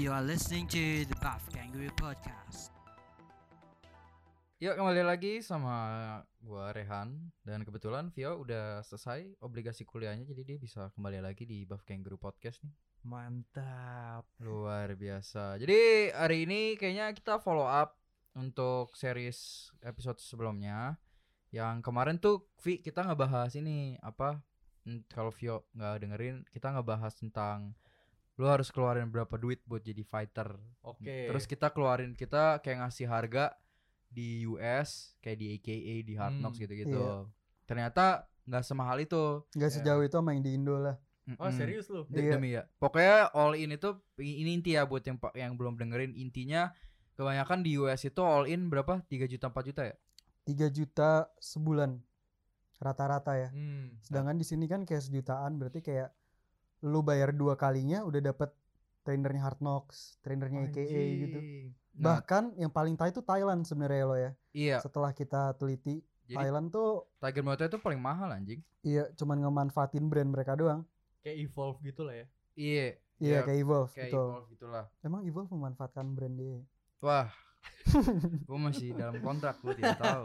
You are listening to the Buff Kangaroo Podcast. Yuk kembali lagi sama gua Rehan. Dan kebetulan Vio udah selesai obligasi kuliahnya, jadi dia bisa kembali lagi di Buff Kangaroo Podcast nih. Mantap. Luar biasa. Jadi hari ini kayaknya kita follow up untuk series episode sebelumnya. Yang kemarin tuh kita ngebahas ini apa, kalau Vio gak dengerin, kita ngebahas tentang lu harus keluarin berapa duit buat jadi fighter. Oke. Terus kita kayak ngasih harga di US, kayak di AKA, di Hard Knocks gitu-gitu. Iya. Ternyata nggak semahal itu. Nggak sejauh itu sama yang di Indo lah. Oh serius lu? Iya. Demi ya. Pokoknya all in itu, ini inti ya buat yang belum dengerin, intinya kebanyakan di US itu all in berapa? 3 juta 4 juta ya? 3 juta sebulan rata-rata ya. Sedangkan di sini kan kayak sejutaan, berarti kayak lu bayar 2 kalinya udah dapet trainernya Hard Knocks, trainernya AKA gitu. Nah, Bahkan yang paling tai itu Thailand sebenarnya lo ya. iya. Setelah kita teliti, Jadi Thailand tuh Tiger Muay Thai itu paling mahal anjing. iya cuman ngemanfaatin brand mereka doang. Kayak Evolve gitu lah ya. Iya. Iya kayak Evolve kayak betul. Evolve gitulah. Emang Evolve memanfaatkan brand dia. Wah. Gue masih dalam kontrak, gue tidak tahu.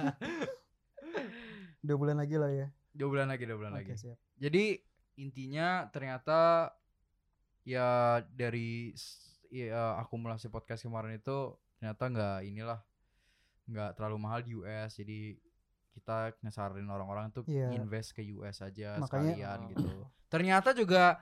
2 bulan lagi lah ya. 2 bulan lagi. Oke, siap. Jadi intinya ternyata ya dari akumulasi podcast kemarin itu ternyata nggak terlalu mahal di US. Jadi kita ngesarin orang-orang tuh invest ke US aja. Makanya, sekalian gitu. Ternyata juga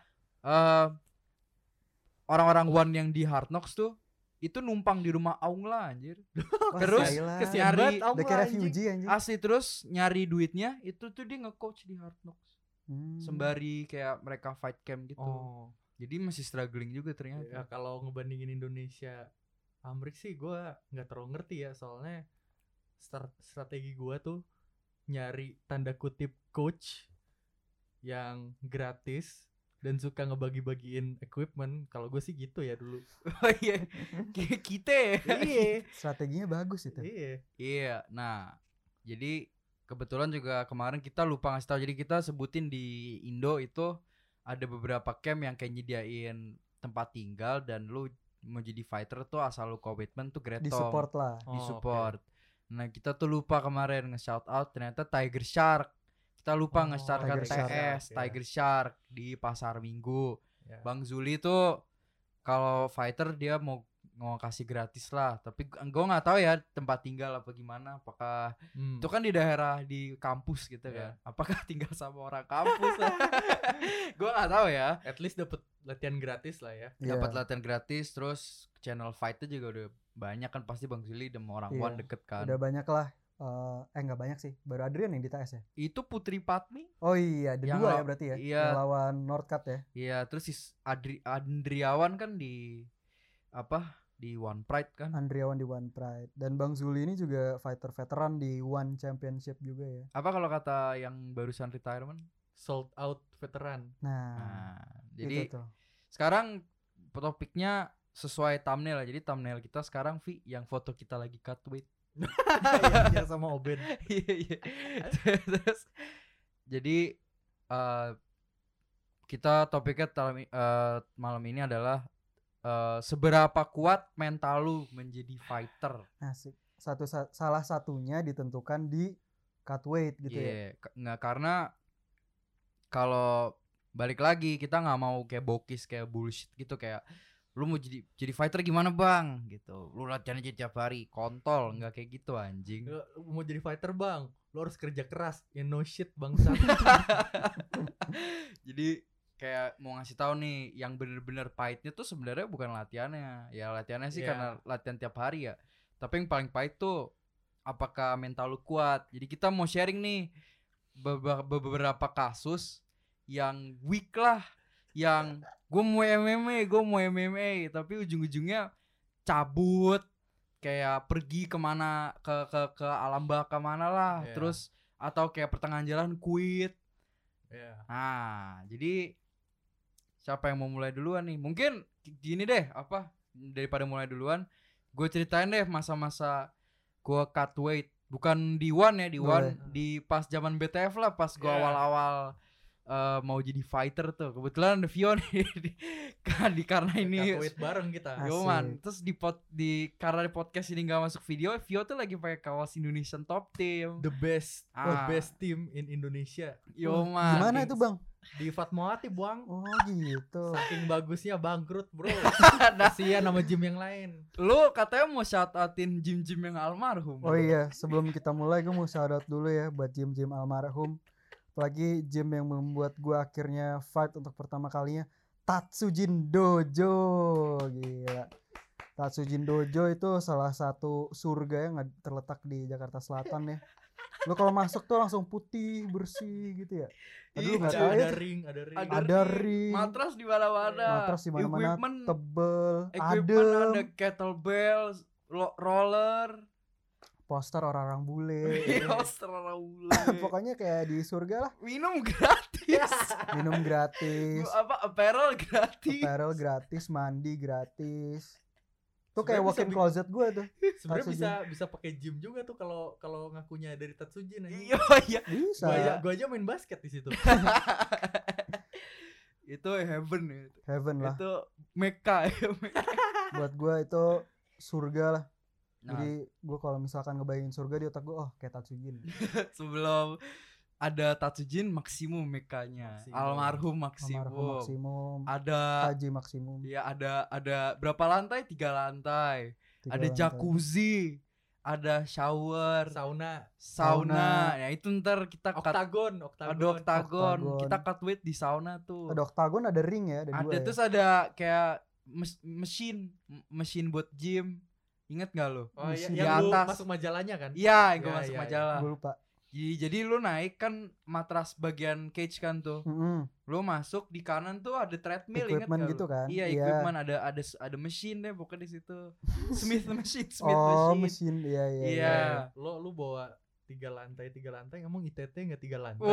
orang-orang One yang di Hard Knocks tuh itu numpang di rumah Aung lah anjir. Terus kesian nyari banget, udah kayak refugee anjing. asli, terus nyari duitnya itu tuh dia nge-coach di Hard Knocks. Hmm. Sembari kayak mereka fight camp gitu. Oh. Jadi masih struggling juga ternyata. Ya kalau ngebandingin Indonesia Amrik sih gue nggak terlalu ngerti ya, soalnya strategi gue tuh nyari tanda kutip coach yang gratis dan suka ngebagi-bagiin equipment. Kalau gue sih gitu ya dulu. Oh iya. Kayak kita ya. Iya. Strateginya bagus itu. Iya. Iya. Nah, jadi kebetulan juga kemarin kita lupa ngasih tahu. Jadi kita sebutin di Indo itu ada beberapa camp yang kayak nyediain tempat tinggal, dan lu mau jadi fighter tuh asal lu komitmen tuh Gretom. Di support lah. Oh, Disupport. Nah, kita tuh lupa kemarin nge-shout out ternyata Tiger Shark. Kita lupa nge-shout out Tiger Shark. TS, Tiger Shark di Pasar Minggu. Ya. Bang Zuli tuh kalau fighter dia mau kasih gratis lah, tapi gue nggak tahu ya tempat tinggal apa gimana, apakah itu kan di daerah di kampus gitu kan, apakah tinggal sama orang kampus. Gue nggak tahu ya. At least dapet latihan gratis lah ya. Dapat latihan gratis, terus channel fightnya juga udah banyak kan, pasti Bang Zuli dan orang One deket kan. Udah banyak lah. Nggak banyak sih, baru Adrian yang di TS ya. Itu Putri Patmi. Oh iya, ada Yang 2 ya berarti ya. iya. Yang lawan Northcut ya. Iya, terus si Andriawan kan di di One Pride kan. Andriawan di One Pride. Dan Bang Zuli ini juga fighter veteran di One Championship juga ya. Apa kalau kata yang barusan retirement? Sold out veteran. Nah, jadi itu tuh. sekarang topiknya sesuai thumbnail. Jadi thumbnail kita sekarang yang foto kita lagi cut weight. Iya sama Oben. Iya. Terus jadi kita topiknya malam ini adalah seberapa kuat mental lu menjadi fighter. Asik. Salah satunya ditentukan di cut weight gitu ya. Nggak, karena kalau balik lagi kita nggak mau kayak bokis, kayak bullshit gitu, kayak lu mau jadi fighter gimana bang gitu, lu latihan aja tiap hari, kontol. Nggak kayak gitu anjing. Lu mau jadi fighter bang, lu harus kerja keras. Ya no shit bangsat. Jadi kayak mau ngasih tahu nih, yang bener-bener pahitnya tuh sebenarnya bukan latihannya. Ya latihannya sih karena latihan tiap hari ya. Tapi yang paling pahit tuh apakah mental lu kuat. Jadi kita mau sharing nih beberapa kasus yang weak lah, yang gue mau MMA tapi ujung-ujungnya cabut, kayak pergi kemana ke alam baka mana lah, terus atau kayak pertengahan jalan quit. Nah, jadi siapa yang mau mulai duluan nih? Mungkin gini deh, daripada mulai duluan, gue ceritain deh masa-masa gue cut weight. Bukan di One ya, di One di pas zaman BTF lah, pas gue awal-awal mau jadi fighter tuh. Kebetulan ada Vio nih kan karena ini Katuit bareng kita. Asik. Yoman. Terus karena di podcast ini nggak masuk video, Vio tuh lagi pakai kaos Indonesian Top Team. The best Ah. team in Indonesia. Yoman. Gimana itu bang? Di Fatmawati, Buang. Oh gitu. Saking bagusnya bangkrut, Bro. Nah, Kasihan sama gym yang lain. lu katanya mau shout outin gym-gym yang almarhum. Oh iya, sebelum kita mulai gue mau shout out dulu ya buat gym-gym almarhum. Apalagi gym yang membuat gue akhirnya fight untuk pertama kalinya, Tatsujin Dojo. Gila. Tatsujin Dojo itu salah satu surga yang terletak di Jakarta Selatan ya. Lu kalau masuk tuh langsung putih, bersih gitu ya. Aduh nggak tahu ya. Ada ring. Ada ring. Matras di mana-mana. Matras di mana-mana tebel. Equipment Adem. ada kettlebell, roller. Poster orang-orang bule. Pokoknya kayak di surga lah. Minum gratis. Minum gratis. Apparel gratis. Apparel gratis, mandi gratis. Tuh kayak Sebenarnya walk-in bisa closet gue tuh. Sebenarnya bisa pakai gym juga tuh kalau ngakunya dari Tatsujin aja. Iya. Bisa. Gua aja main basket di situ. Itu heaven ya. Heaven lah. Itu Mecca ya. Buat gue itu surga lah. Nah, Jadi gue kalau misalkan ngebayangin surga di otak gue, oh kayak Tatsujin. sebelum ada Tatsujin maksimum Mekanya. Maksimum. Almarhum maksimum. Almarhum maksimum. Ada Haji maksimum. ya ada berapa lantai? 3 lantai. 3 Ada lantai. jacuzzi, ada shower, sauna. Ya itu ntar kita Oktagon. ada oktagon. Kita cut weight di sauna tuh. Ada oktagon, ada ring ya, ada 2 Ada ya. terus ada kayak mesin buat gym. Ingat gak lo? Oh iya, Di yang lu atas. masuk majalahnya kan? Iya, yang gue Ya, masuk ya, ya. majalah. Gue lupa. Jadi lu naik kan matras bagian cage kan tuh. Mm-mm. Lu masuk di kanan tuh ada treadmill, ingat Equipment gak gitu lu? kan? Iya, Iya. equipment ada mesin deh pokoknya di situ. Smith machine. Oh mesin, iya iya. Iya. Lu bawa 3 lantai, ngomong ITT enggak 3 lantai.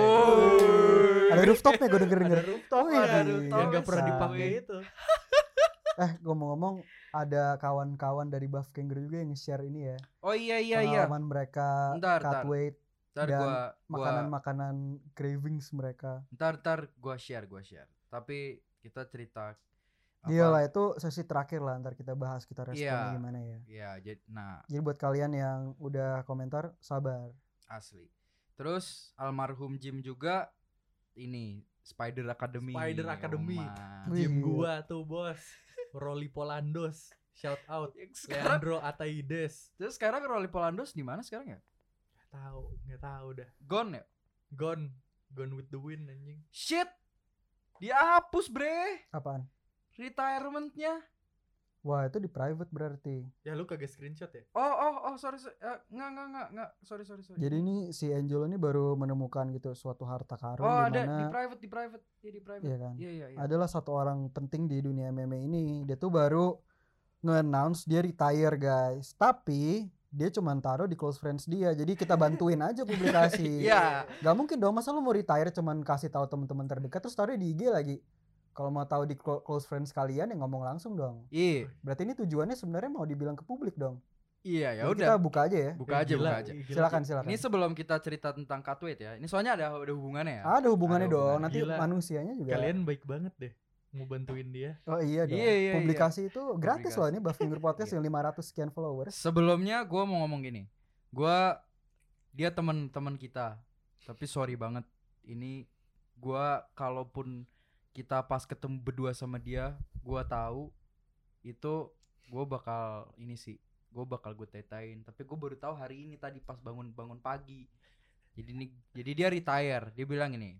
Oh. Ada rooftopnya gue denger. Ada rooftop Oh, ya, ada rooftop. yang enggak pernah Bisa. dipakai itu. Ngomong-ngomong ada kawan-kawan dari Buff Kangaroo juga yang nge-share ini ya. Oh iya. Pengalaman mereka Ntar. cut weight, Ntar dan gua makanan-makanan cravings mereka. ntar gua share. Tapi kita cerita apa? Iya lah, itu sesi terakhir lah, ntar kita bahas, kita responnya Iya. gimana ya. Iya, Jadi buat kalian yang udah komentar, sabar. asli. Terus almarhum Jim juga ini Spider Academy. Yoman. Gym Wih. gua tuh, Bos. Rolly Polandos, shout out. Sekarang Leandro Ataides. terus sekarang Rolly Polandos di mana sekarang ya? Nggak tahu dah. Gone ya? Gone with the wind anjing. Shit. Dihapus, bre. Apaan? Retirement-nya. Wah itu di private berarti. Ya lu kagak screenshot ya? Oh, sorry. Enggak. Sorry. Jadi ini si Angel ini baru menemukan gitu suatu harta karun Oh, di ada mana di private. Iya, di private. Iya kan? Iya. adalah satu orang penting di dunia MMA ini. Dia tuh baru nge-announce dia retire guys. Tapi dia cuma taruh di close friends dia. Jadi kita bantuin aja publikasi. Iya. Gak mungkin dong masa lu mau retire cuman kasih tahu teman-teman terdekat terus taruh di IG lagi. Kalau mau tahu di close friends kalian ya ngomong langsung dong. Iya. Berarti ini tujuannya sebenarnya mau dibilang ke publik dong. Iya, ya Jadi udah. kita buka aja ya. Buka aja. Silakan. Ini sebelum kita cerita tentang cut weight ya. Ini soalnya ada hubungannya ya. Ada hubungannya Ada dong. hubungannya. Nanti Gila. manusianya juga. Kalian baik banget deh mau bantuin dia. Oh iya dong. Iya. Publikasi itu gratis Publikasi. loh ini Buff Finger Podcast Iya. yang 500 sekian followers. Sebelumnya gue mau ngomong gini. Dia teman kita. Tapi sorry banget. Ini gue kalaupun kita pas ketemu berdua sama dia, gue tahu itu gue bakal gue tetain. Tapi gue baru tahu hari ini tadi pas bangun pagi. Jadi dia retire. Dia bilang ini.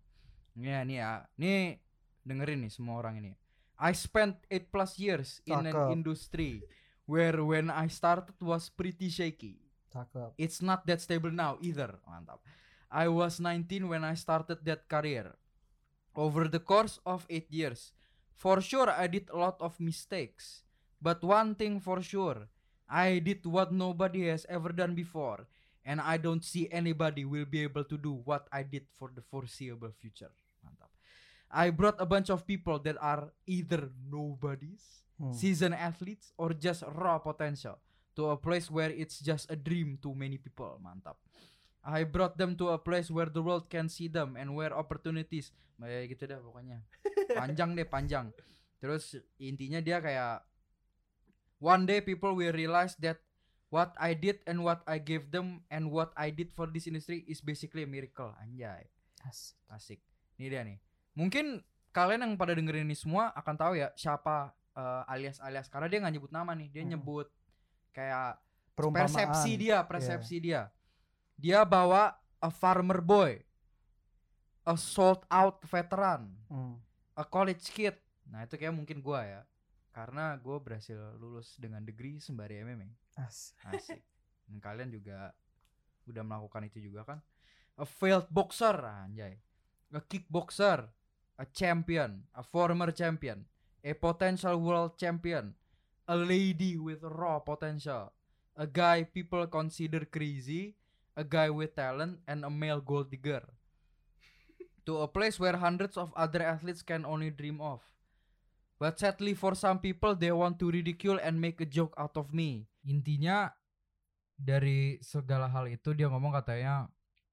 Nih dengerin nih semua orang ini. I spent 8+ years in an Cakep. industry where when I started was pretty shaky. Cakep. It's not that stable now either. Mantap. I was 19 when I started that career. Over the course of 8 years, for sure I did a lot of mistakes. But one thing for sure, I did what nobody has ever done before. And I don't see anybody will be able to do what I did for the foreseeable future. Mantap. I brought a bunch of people that are either nobodies, seasoned athletes, or just raw potential to a place where it's just a dream to many people. Mantap. I brought them to a place where the world can see them and where opportunities. Gitu dah pokoknya. Panjang. Terus intinya dia kayak one day people will realize that what I did and what I gave them and what I did for this industry is basically a miracle. Anjay. Asik. Ini dia nih. Mungkin kalian yang pada dengerin ini semua akan tahu ya siapa alias karena dia nggak nyebut nama nih. Dia nyebut kayak persepsi dia. Dia bawa a farmer boy, a sold out veteran, a college kid. Nah itu kayak mungkin gua ya. Karena gue berhasil lulus dengan degree sembari MMA. Asik. Dan kalian juga udah melakukan itu juga kan. A failed boxer, anjay. A kickboxer, a champion, a former champion, a potential world champion, a lady with raw potential, a guy people consider crazy, a guy with talent, and a male gold digger. To a place where hundreds of other athletes can only dream of. But sadly for some people they want to ridicule and make a joke out of me. Intinya dari segala hal itu dia ngomong katanya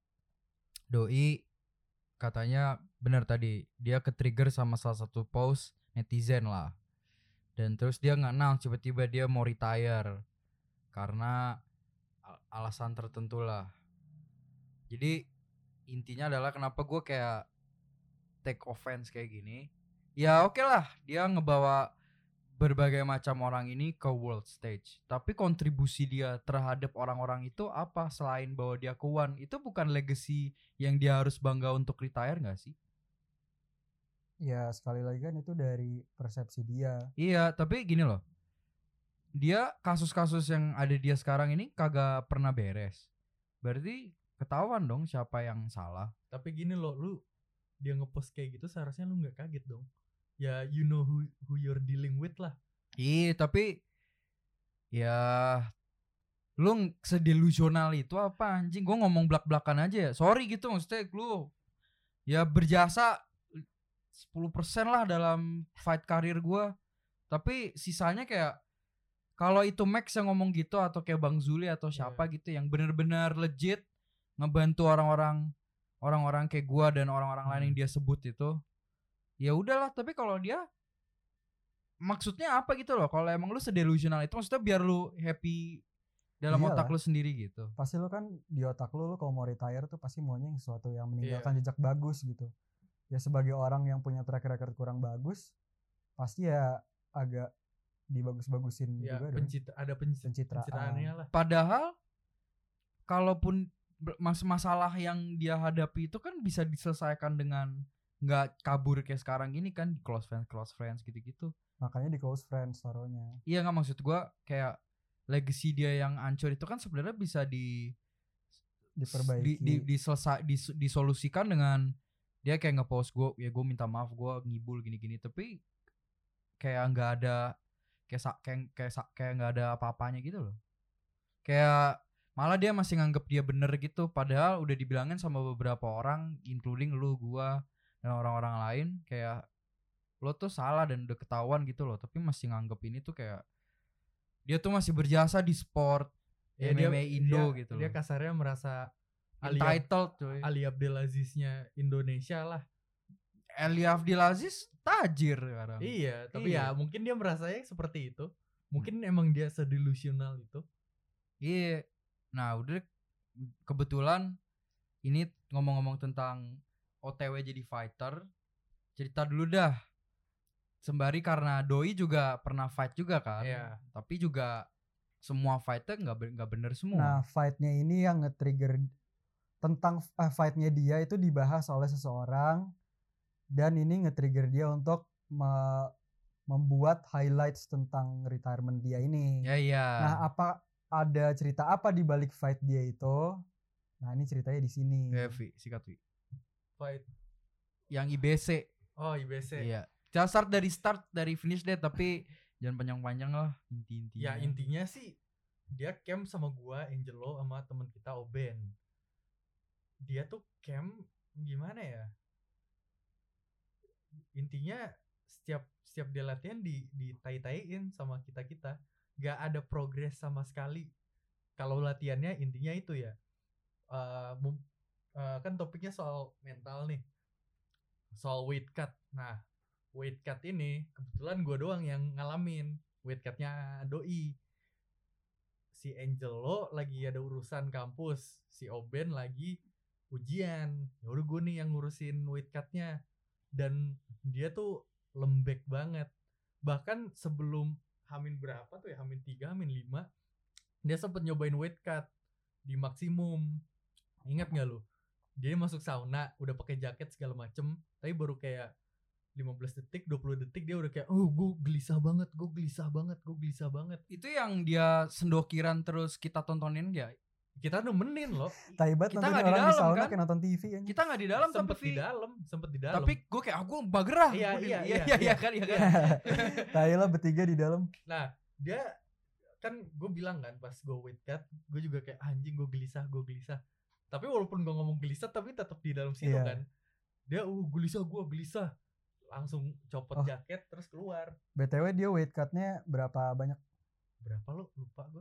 Doi katanya benar tadi dia ke-trigger sama salah satu post netizen lah. Dan terus dia nge-announce tiba-tiba dia mau retire karena alasan tertentu lah. Jadi intinya adalah kenapa gue kayak take offense kayak gini. Ya oke lah, dia ngebawa berbagai macam orang ini ke world stage. Tapi kontribusi dia terhadap orang-orang itu apa selain bawa dia ke one? Itu bukan legacy yang dia harus bangga untuk retire gak sih? Ya sekali lagi kan itu dari persepsi dia. Iya, tapi gini loh. Dia kasus-kasus yang ada dia sekarang ini kagak pernah beres. Berarti ketahuan dong siapa yang salah. Tapi gini loh, lu dia ngepost kayak gitu seharusnya lu gak kaget dong. Ya you know who you're dealing with lah. Iya tapi ya lu sedelusional itu apa anjing. Gue ngomong belak-belakan aja ya. Sorry gitu maksudnya lu ya berjasa 10% lah dalam fight karir gue. Tapi sisanya kayak kalau itu Max yang ngomong gitu atau kayak Bang Zuli atau siapa gitu yang benar-benar legit ngebantu orang-orang kayak gue dan orang-orang lain yang dia sebut itu. Ya udahlah, tapi kalau dia maksudnya apa gitu loh? Kalau emang lu sedelusional itu maksudnya biar lu happy dalam otak lu sendiri gitu. Pasti lu kan di otak lu kalau mau retire tuh pasti maunya yang sesuatu yang meninggalkan jejak bagus gitu. Ya sebagai orang yang punya track record kurang bagus, pasti ya agak dibagus-bagusin ya, juga dong. Ada pencitraannya lah. Padahal kalaupun masalah yang dia hadapi itu kan bisa diselesaikan dengan nggak kabur kayak sekarang gini kan di close friends gitu-gitu. Makanya di close friends taruhnya. Iya nggak maksud gua kayak legacy dia yang hancur itu kan sebenarnya bisa diperbaiki, disolusikan dengan dia kayak ngepost gue minta maaf gue ngibul gini-gini tapi kayak nggak ada kayak nggak ada apa-apanya gitu loh. Kayak malah dia masih nganggep dia bener gitu padahal udah dibilangin sama beberapa orang including lu gua dan orang-orang lain kayak lo tuh salah dan udah ketahuan gitu loh tapi masih nganggep ini tuh kayak dia tuh masih berjasa di sport ya, MMA Indo gitu loh. Dia kasarnya merasa entitled cuy. Ali Abdelaziznya Indonesia lah. Ali Abdelaziz tajir sekarang. Iya, tapi ya mungkin dia merasanya seperti itu. Mungkin emang dia sedelusional itu. Iya. Nah, udah kebetulan ini ngomong-ngomong tentang OTW jadi fighter, cerita dulu dah. Sembari karena Doi juga pernah fight juga kan. Iya. Tapi juga semua fightnya nggak bener semua. Nah, fightnya ini yang nge-trigger tentang fightnya dia itu dibahas oleh seseorang dan ini nge-trigger dia untuk membuat highlights tentang retirement dia ini. Ya iya. Nah, ada cerita apa di balik fight dia itu? Nah, ini ceritanya di sini. Ya, sikat Vi. Fight yang IBC. Oh, IBC. Iya. Kita start dari finish deh tapi jangan panjang-panjang lah inti-intinya. Ya intinya sih dia camp sama gua, Angelo sama teman kita Oben. Dia tuh camp gimana ya? Intinya setiap dia latihan ditai-taiin sama kita. Gak ada progres sama sekali. Kalau latihannya intinya itu ya. kan topiknya soal mental nih, soal weight cut. Nah, weight cut ini kebetulan gue doang yang ngalamin weight cutnya doi. Si Angelo lagi ada urusan kampus, si Oben lagi ujian. Ya udah gue nih yang ngurusin weight cutnya, dan dia tuh lembek banget. Bahkan sebelum Hamin berapa tuh ya, Hamin 3, Hamin 5, dia sempet nyobain weight cut di maksimum. Ingat gak lu? Dia masuk sauna udah pakai jaket segala macem, tapi baru kayak 15 detik, 20 detik dia udah kayak, oh gue gelisah banget. Itu yang dia sendokiran terus kita tontonin ya. Kita nemenin loh. Taibat kita nonton di orang dalam, di sauna kan? kayak nonton TV ya. Kita nggak di dalam, sempet di dalam. Tapi gue kayak aku bagerah. Iya kan. Thailand bertiga di dalam. Nah, dia kan gue bilang kan pas gue weight cut, gue juga kayak anjing gue gelisah. Tapi walaupun gue ngomong gelisah tapi tetap di dalam situ kan. Dia gelisah. Langsung copot jaket terus keluar. BTW dia weight cutnya berapa banyak? Berapa lo? Lupa gue.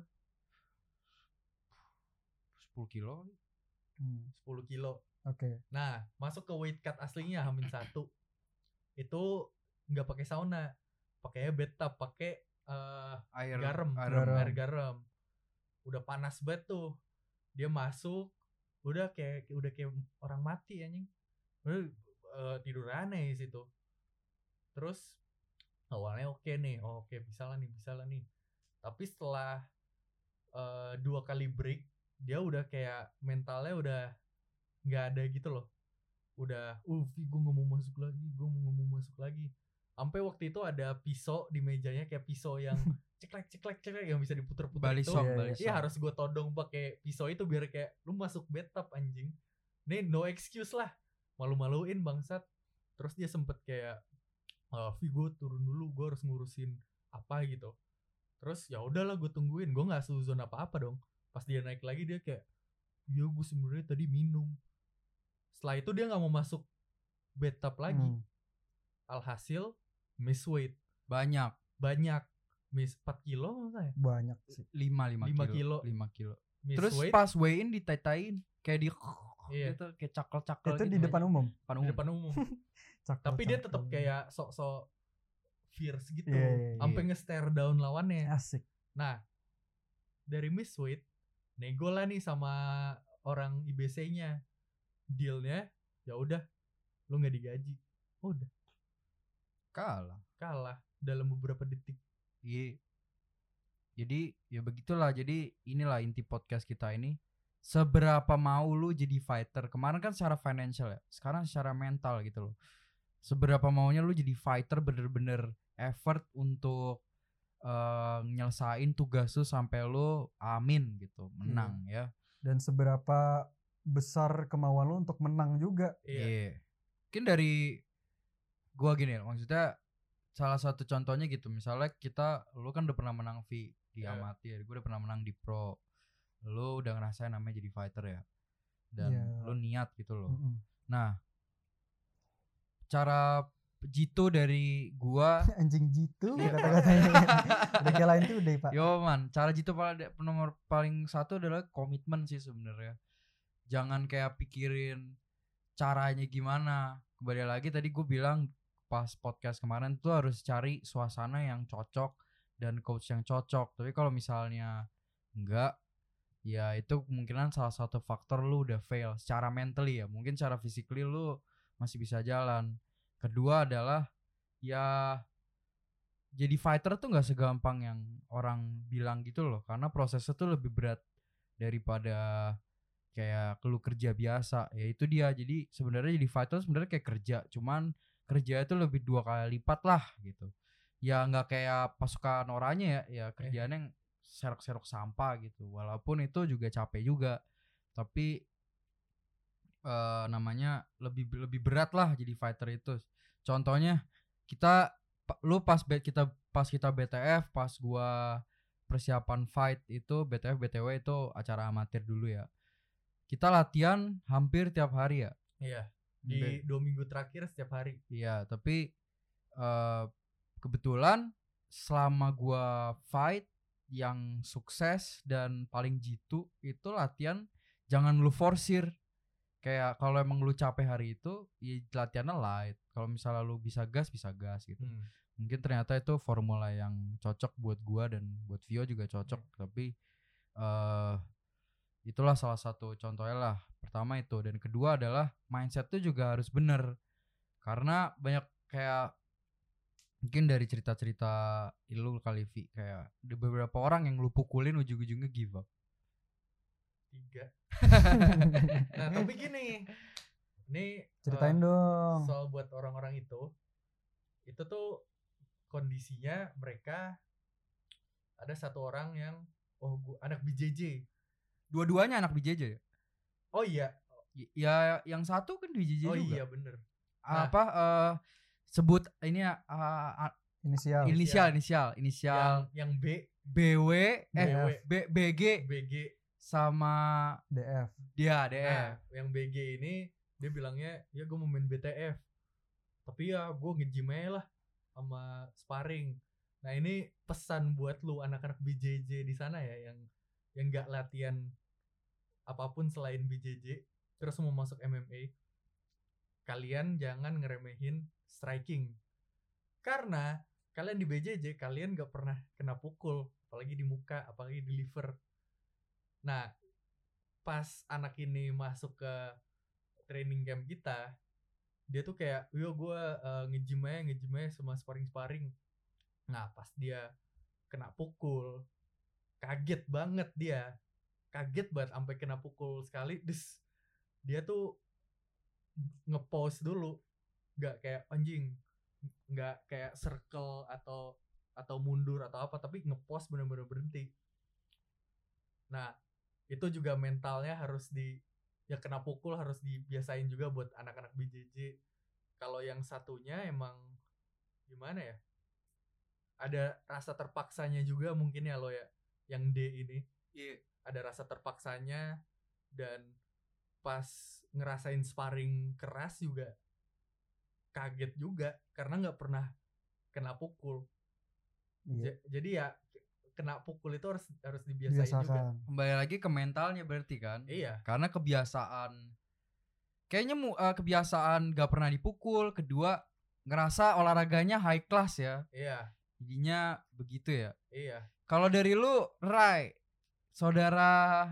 10 kilo. 10 kilo. Oke. Nah, masuk ke weight cut aslinya Hamin 1. Itu nggak pakai sauna. Pakainya bathtub, pakai air garam. Udah panas banget tuh. Dia masuk udah kayak orang mati anjing. Udah tidur aneh di situ. Terus awalnya oke nih, bisa lah nih. Tapi setelah 2 kali break, dia udah kayak mentalnya udah nggak ada gitu loh. Udah, gue nggak mau masuk lagi. Sampai waktu itu ada pisau di mejanya, kayak pisau yang ceklek yang bisa diputer-puter. Balisong. Iya, harus gue todong pakai pisau itu biar kayak lu masuk bathtub anjing. Nih no excuse lah, malu-maluin bangsat. Terus dia sempet kayak, gue turun dulu, gue harus ngurusin apa gitu. Terus ya udahlah gue tungguin, gue nggak suzon apa-apa dong. Pas dia naik lagi dia kayak, ya gue sebenarnya tadi minum. Setelah itu dia nggak mau masuk bathtub lagi. Alhasil miss weight banyak, miss 4 kilo enggak ya? Banyak sih. 5 kilo. Terus weight, pas weigh in ditai-taiin kayak di gitu, kayak cakal-cakal itu gitu. di depan umum. Di depan umum. Tapi dia tetap kayak sok-sok fierce gitu. Sampai nge-stare down lawannya. Asik. Nah, dari miss weight nego lah nih sama orang IBC-nya. Dealnya ya udah, lu nggak digaji. Udah. Kalah dalam beberapa detik. Iya. Jadi ya begitulah. Jadi inilah inti podcast kita ini. Seberapa mau lu jadi fighter. Kemarin kan secara financial ya, sekarang secara mental gitu loh. Seberapa maunya lu jadi fighter, bener-bener effort untuk nyelesain tugas lu sampai lu amin gitu, menang ya. Dan seberapa besar kemauan lu untuk menang juga. Iya. Mungkin dari gua gini, maksudnya salah satu contohnya gitu, misalnya lu kan udah pernah menang di amatir, gua udah pernah menang di pro. Lu udah ngerasain namanya jadi fighter ya. Dan lu niat gitu loh. Nah, cara jitu dari gua anjing jitu kata-katanya. Udah kayak lain tuh deh, Pak. Yo man, cara jitu nomor paling satu adalah komitmen sih sebenarnya. Jangan kayak pikirin caranya gimana. Kembali lagi tadi gue bilang pas podcast kemarin tuh harus cari suasana yang cocok dan coach yang cocok. Tapi kalau misalnya enggak, ya itu kemungkinan salah satu faktor lu udah fail secara mentally ya. Mungkin secara physically lu masih bisa jalan. Kedua adalah ya jadi fighter tuh gak segampang yang orang bilang gitu loh. Karena prosesnya tuh lebih berat daripada kayak lu kerja biasa. Ya itu dia. Jadi sebenarnya jadi fighter sebenarnya kayak kerja. Cuman kerja itu lebih 2 kali lipat lah gitu. Ya gak kayak pasukan orangnya ya kerjaannya serok-serok sampah gitu. Walaupun itu juga capek juga. Tapi namanya lebih berat lah jadi fighter itu. Contohnya lu pas kita BTF, pas gua persiapan fight itu BTF BTW itu acara amatir dulu ya. Kita latihan hampir tiap hari ya. Iya. Di 2 minggu terakhir setiap hari. Iya, tapi kebetulan selama gua fight yang sukses dan paling jitu itu latihan jangan lu forsir. Kayak kalau emang lu capek hari itu, ya latihannya light. Kalau misalnya lu bisa gas gitu. Mungkin ternyata itu formula yang cocok buat gua dan buat Vio juga cocok. Tapi itulah salah satu contohnya lah. Pertama itu, dan kedua adalah mindset tuh juga harus bener. Karena banyak kayak mungkin dari cerita-cerita lu kali Vi, kayak ada beberapa orang yang lu pukulin ujung-ujungnya give up. 3. Nah tapi gini, ini Ceritain dong. soal buat orang-orang itu tuh kondisinya mereka ada satu orang yang anak BJJ. Dua-duanya anak BJJ ya? Oh iya. Ya yang satu kan BJJ juga. Oh iya bener. Sebut ini inisial yang BW BG sama DF. Dia DF. Nah, yang BG ini dia bilangnya ya gue mau main BTF. Tapi ya gue nge-gym aja lah sama sparring. Nah, ini pesan buat lu anak-anak BJJ di sana ya yang enggak latihan apapun selain BJJ terus mau masuk MMA. Kalian jangan ngeremehin striking. Karena kalian di BJJ kalian gak pernah kena pukul, apalagi di muka, apalagi di liver. Nah, pas anak ini masuk ke training camp kita, dia tuh kayak, yo gue nge-gym aja sama sparring-sparring. Nah, pas dia kena pukul, kaget banget sampai kena pukul sekali. Dia tuh nge-pause dulu, gak kayak anjing, gak kayak circle atau mundur atau apa, tapi nge-pause bener-bener berhenti. Nah, itu juga mentalnya harus ya kena pukul harus dibiasain juga buat anak-anak BJJ. Kalau yang satunya emang gimana ya, ada rasa terpaksanya juga mungkin ya lo ya, yang D ini. Iya, ada rasa terpaksanya, dan pas ngerasain sparring keras juga kaget juga karena nggak pernah kena pukul. Iya. Jadi ya kena pukul itu harus dibiasain juga. Kembali lagi ke mentalnya berarti kan? Iya. Karena kebiasaan, kayaknya kebiasaan gak pernah dipukul. Kedua, ngerasa olahraganya high class ya. Iya. Jadinya begitu ya. Iya. Kalau dari lu, Rai, saudara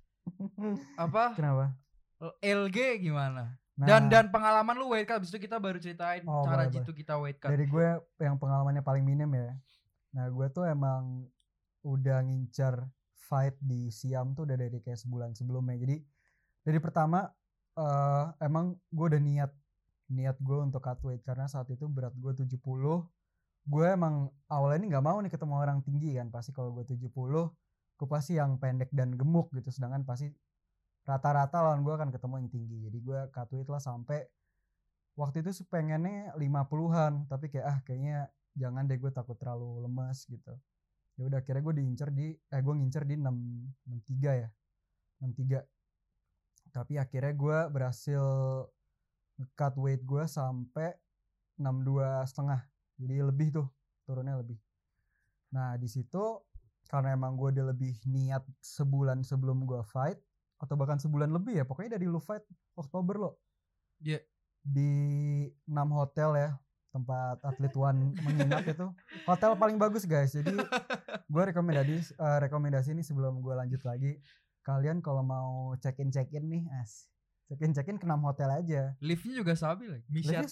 apa? Kenapa? LG gimana? Nah, Dan pengalaman lu weight cut, abis itu kita baru ceritain cara jitu kita weight cut. Dari gue yang pengalamannya paling minim ya. Nah, gue tuh emang udah ngincar fight di Siam tuh udah dari kayak sebulan sebelumnya. Jadi dari pertama emang gue udah niat gue untuk cut weight karena saat itu berat gue 70. Gue emang awalnya ini gak mau nih ketemu orang tinggi kan. Pasti kalau gue 70 gue pasti yang pendek dan gemuk gitu. Sedangkan pasti rata-rata lawan gue akan ketemu yang tinggi. Jadi gue cut weight lah sampai waktu itu pengennya 50-an, tapi kayaknya jangan deh, gue takut terlalu lemas gitu. Ya udah akhirnya gue ngincer di 63 ya. 63. Tapi akhirnya gue berhasil cut weight gue sampai 62,5. Jadi lebih tuh, turunnya lebih. Nah, di situ karena emang gue udah lebih niat sebulan sebelum gue fight, atau bahkan sebulan lebih ya, pokoknya dari lu fight Oktober lo. Iya. Yeah. Di 6 hotel ya, tempat atlet one menginap itu. Hotel paling bagus guys. Jadi gue rekomendasi ini sebelum gue lanjut lagi. Kalian kalau mau check-in nih, check-in ke 6 hotel aja. Liftnya juga sabi lagi.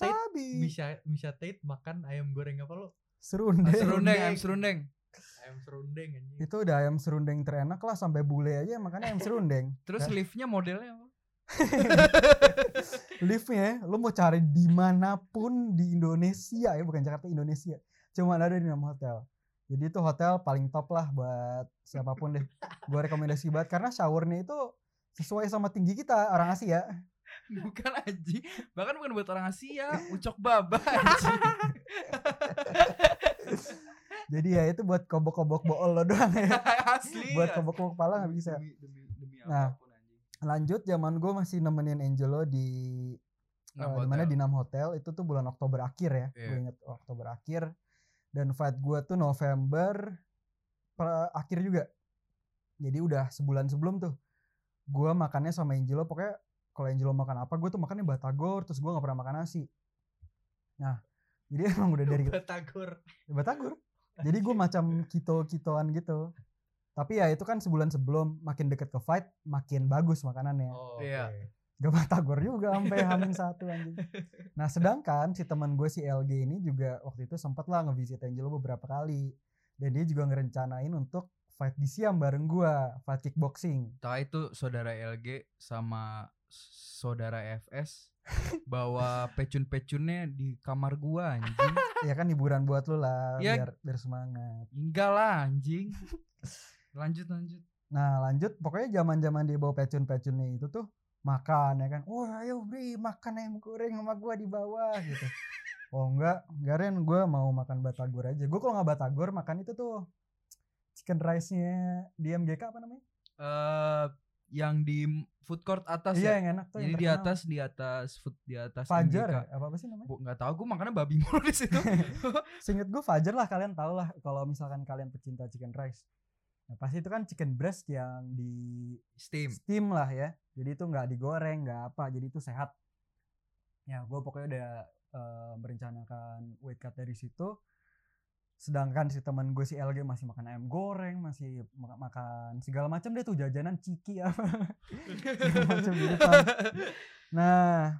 Misha Tate makan ayam goreng apa lo? Ayam serundeng. Ayam serundeng anjing. Itu udah ayam serundeng terenak lah, sampai bule aja makannya ayam serundeng. Terus liftnya modelnya apa? Liftnya lu mau cari dimanapun di Indonesia ya, bukan Jakarta, Indonesia, cuma ada di 6 hotel. Jadi itu hotel paling top lah buat siapapun deh. Gue rekomendasi banget karena showernya itu sesuai sama tinggi kita orang Asia. Bukan Aji, bahkan bukan buat orang Asia, ucok baba Aji. Jadi ya itu buat kobok-kobok bool lo doang ya. Asli. Buat kobok-kobok kepala gak bisa. Demi nah, lanjut zaman gue masih nemenin Angelo di dimana di 6 hotel. Itu tuh bulan Oktober akhir ya. Yeah. Gue inget Oktober akhir. Dan fight gue tuh November akhir juga. Jadi udah sebulan sebelum tuh. gue makannya sama Angelo, pokoknya kalau Angelo makan apa gue tuh makannya batagor, terus gue nggak pernah makan nasi. Nah jadi emang udah dari batagor. Jadi gue macam kitoan gitu. Tapi ya itu kan sebulan sebelum, makin deket ke fight makin bagus makanannya. Iya. Gak batagor juga sampai H-1 anjing. Nah sedangkan si teman gue si LG ini juga waktu itu sempet lah ngevisit Angelo beberapa kali. Dan dia juga ngerencanain untuk fight di Siam bareng gue, fight kickboxing. Tahu itu saudara LG sama saudara FS bawa pecun-pecunnya di kamar gua anjing. Ya kan hiburan buat lu lah, Ya. biar semangat. Enggak lah anjing. Lanjut. Nah lanjut, pokoknya zaman dia bawa pecun-pecunnya itu tuh makan ya kan. Wah ayo Bri makan ayam goreng sama gua di bawah gitu. Oh enggak Ren, gua mau makan batagor aja. Gua kalau nggak batagor makan itu tuh chicken rice-nya di MGK apa namanya? Yang di food court atas Iya ya. yang enak tuh. Jadi yang di terkenal. atas Fajar MGK. ya? Apa sih namanya? Nggak tahu, gue makannya babi mulu di situ. Seinget gue Fajar lah, kalian tau lah kalau misalkan kalian pecinta chicken rice. Nah pasti itu kan chicken breast yang di steam lah ya. Jadi itu nggak digoreng, nggak apa. Jadi itu sehat. Ya gue pokoknya udah merencanakan weight cut dari situ. Sedangkan si teman gue si LG masih makan ayam goreng, masih makan segala macam deh tuh, jajanan ciki apa segala macam gitu kan. Nah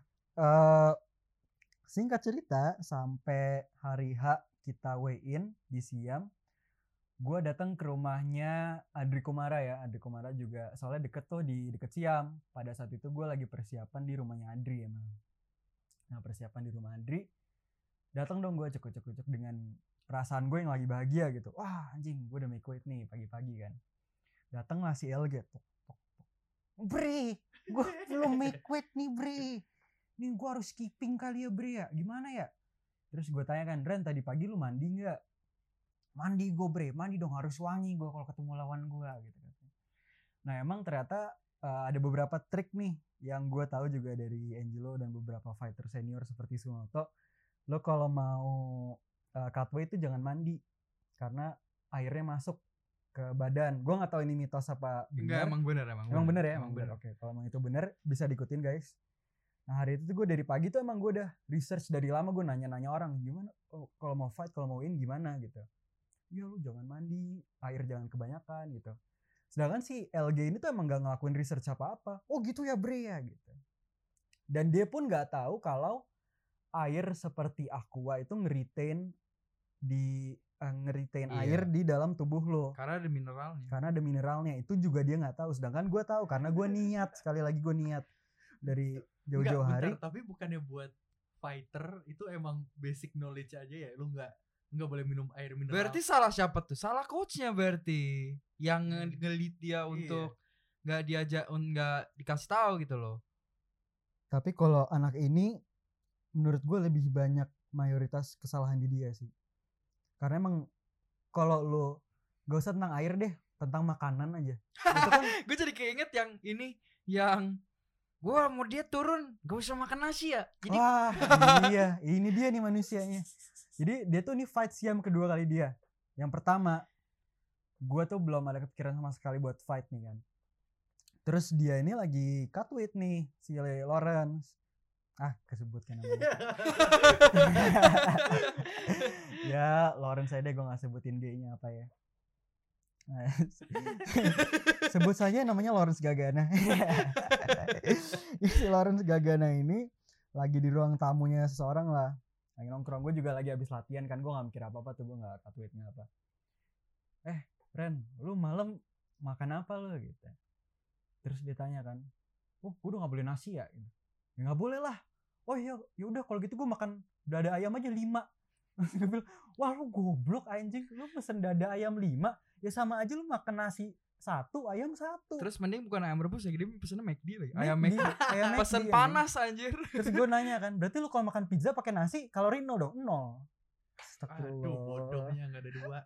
singkat cerita sampai hari H kita weigh in di Siam, gue datang ke rumahnya Adri Kumara ya. Adri Kumara juga soalnya deket tuh, di deket Siam. Pada saat itu gue lagi persiapan di rumahnya Adri emang. Nah persiapan di rumah Adri, datang dong gue cekuk-cekuk dengan perasaan gue yang lagi bahagia gitu. Wah anjing gue udah make weight nih pagi-pagi kan. Datang lah si LG, tok. Bri, gue belum make weight nih Bri. Nih gue harus skipping kali ya Bri ya. Gimana ya? Terus gue tanya kan, Ren tadi pagi lu mandi gak? Mandi gue Bri, mandi dong, harus wangi gue kalau ketemu lawan gue gitu. Nah emang ternyata ada beberapa trik nih yang gue tahu juga dari Angelo dan beberapa fighter senior seperti Sunoto. Lo kalau mau cut weight itu jangan mandi karena airnya masuk ke badan. Gue nggak tahu ini mitos apa benar. Emang bener ya. Emang bener. Oke, kalau emang itu benar bisa diikutin guys. Nah hari itu tuh gue dari pagi tuh emang gue udah research dari lama, gue nanya-nanya orang gimana kalau mau fight, kalau mau win gimana gitu. Ya lu jangan mandi, air jangan kebanyakan gitu. Sedangkan si LG ini tuh emang gak ngelakuin research apa-apa. Oh gitu ya Bre ya gitu. Dan dia pun gak tahu kalau air seperti aqua itu nge-retain air di dalam tubuh lo. Karena ada mineralnya. Itu juga dia nggak tahu. Sedangkan gue tahu karena gue niat. Sekali lagi gue niat dari jauh-jauh hari. Tapi bukannya buat fighter itu emang basic knowledge aja ya. Lu nggak boleh minum air mineral. Berarti salah siapa tuh? Salah coachnya berarti. Yang ngelit dia untuk nggak dikasih tahu gitu loh. Tapi kalau anak ini menurut gue lebih banyak mayoritas kesalahan di dia sih. Karena emang kalau lo gak usah tentang air deh, tentang makanan aja. Itu kan gue jadi keinget yang gue mau dia turun gak usah makan nasi ya. Jadi wah iya, ini dia nih manusianya. Jadi dia tuh nih fight Siam kedua kali dia. Yang pertama, gue tuh belum ada kepikiran sama sekali buat fight nih kan. Terus dia ini lagi cut weight nih, si Lawrence. Kesebutkan namanya. Ya Lawrence aja deh, gue gak sebutin G-nya apa ya. Sebut saja namanya Lawrence Gagana. Si Lawrence Gagana ini lagi di ruang tamunya seseorang lah, lagi nongkrong. Gue juga lagi habis latihan kan, gue gak mikir apa-apa tuh, gue gak cut weightnya apa. Ren, lu malam makan apa lu gitu. Terus dia tanya kan, gue udah gak boleh nasi ya? Ya gak boleh lah. Oh iya, yaudah kalau gitu gue makan dada ayam aja 5. Gue bilang, wah lu goblok anjing, lu pesen dada ayam 5, ya sama aja lu makan nasi 1, ayam 1. Terus mending bukan ayam rebus ya, dia pesennya McD lagi. Ayam McD. McD Pesen panas anjir. Terus gue nanya kan, berarti lu kalau makan pizza pakai nasi kalori 0 dong? 0. Aduh bodohnya gak ada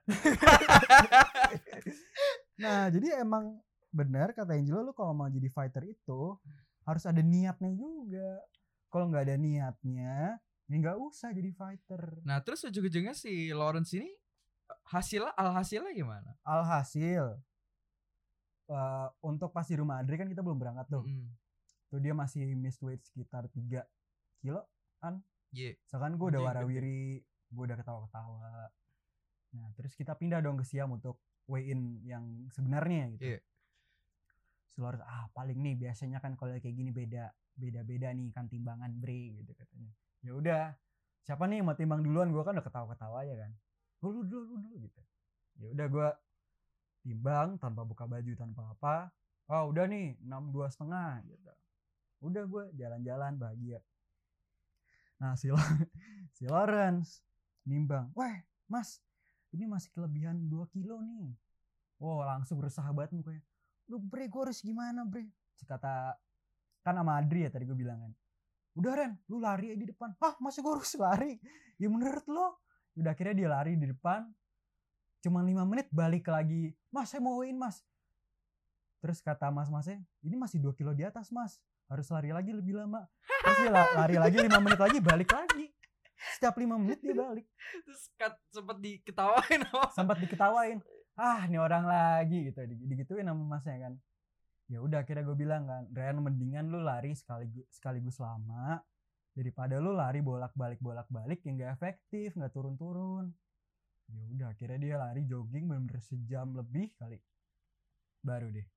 2. Nah jadi emang benar kata Angelo, lu kalau mau jadi fighter itu harus ada niatnya juga. Kalau nggak ada niatnya, ya nggak usah jadi fighter. Nah terus ujung-ujungnya si Lawrence ini alhasilnya gimana? Alhasil untuk pas di rumah Adri kan kita belum berangkat tuh. Tuh dia masih miss weight sekitar 3 kiloan. Misalkan gue udah warawiri, gue udah ketawa-ketawa. Nah terus kita pindah dong ke Siam untuk weigh in yang sebenarnya gitu. Si Lawrence, paling nih biasanya kan kalau kayak gini beda nih kan timbangan bre gitu katanya. Ya udah, siapa nih mau timbang duluan? Gue kan udah ketawa-ketawa aja kan. Lu dulu gitu. Ya udah gue timbang tanpa buka baju tanpa apa. Udah nih 62,5 gitu. Udah gue jalan-jalan bahagia. Nah si Lawrence nimbang, weh mas ini masih kelebihan 2 kilo nih. Langsung berusaha banget mukanya. Lu bre gue harus gimana bre? Kata kan sama Adri ya tadi gue bilang kan. Udah Ren lu lari di depan. Masa gue harus lari? Ya menurut lo? Udah akhirnya dia lari di depan. Cuma 5 menit balik lagi. Mas saya mau win mas. Terus kata mas-masnya, ini masih 2 kilo di atas mas. Harus lari lagi lebih lama. Terus dia lari lagi 5 menit lagi balik lagi. Setiap 5 menit dia balik. Terus sempat diketawain. Sempat diketawain. Ini orang lagi gitu. Digituin sama masnya kan. Ya udah akhirnya gue bilang kan, Ren mendingan lu lari sekaligus lama daripada lu lari bolak-balik yang gak efektif, gak turun-turun. Ya udah akhirnya dia lari jogging bener-bener sejam lebih kali. Baru deh.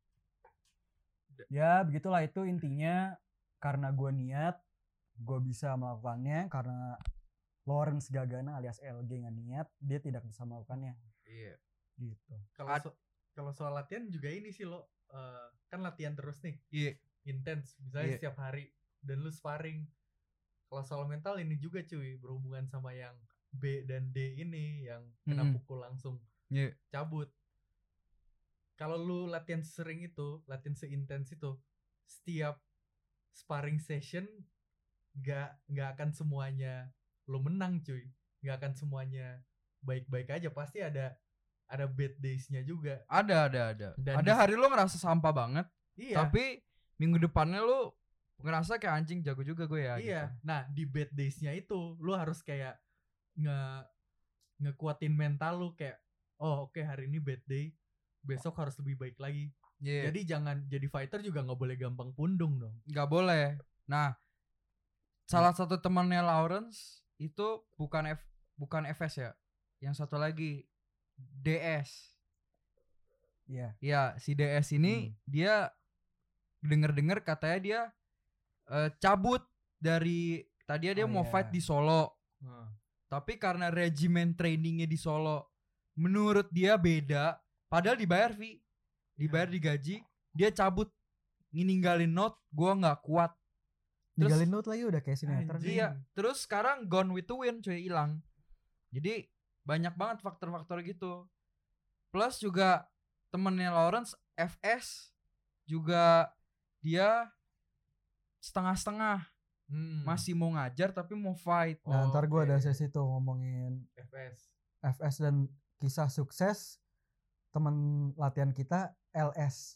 Ya begitulah itu intinya. Karena gue niat, gue bisa melakukannya. Karena Lawrence Gagana alias LG gak niat, dia tidak bisa melakukannya. Iya. Gitu. Kalau soal latihan juga ini sih lo, kan latihan terus nih. Iya. Intens, misalnya setiap hari. Dan lu sparring. Kalau soal mental ini juga cuy, berhubungan sama yang B dan D ini yang kena pukul langsung cabut. Kalau lu latihan sering itu, latihan seintens itu, setiap sparring session gak akan semuanya lu menang cuy, gak akan semuanya baik-baik aja, pasti ada bad days-nya juga. Ada. Dan ada hari lu ngerasa sampah banget. Iya. Tapi minggu depannya lu ngerasa kayak anjing jago juga gue ya. Iya. Gitu. Nah di bad days-nya itu lu harus kayak ngekuatin mental lu kayak oke, hari ini bad day, besok harus lebih baik lagi. Jadi jangan jadi fighter juga nggak boleh gampang pundung dong. Nggak boleh. Nah salah satu temannya Lawrence itu bukan FS ya, yang satu lagi DS. Iya. Ya si DS ini dia dengar katanya dia cabut dari tadinya dia mau fight di Solo. Tapi karena regimen trainingnya di Solo menurut dia beda, padahal dibayar digaji, dia cabut ninggalin note, gua nggak kuat. Ninggalin note lagi udah kayak sinetron. Iya, terus sekarang gone with the wind cuy, hilang. Jadi banyak banget faktor-faktor gitu. Plus juga temennya Lawrence FS juga dia setengah-setengah. Masih mau ngajar tapi mau fight. Nah ntar gue ada sesi tuh ngomongin FS dan kisah sukses teman latihan kita LS.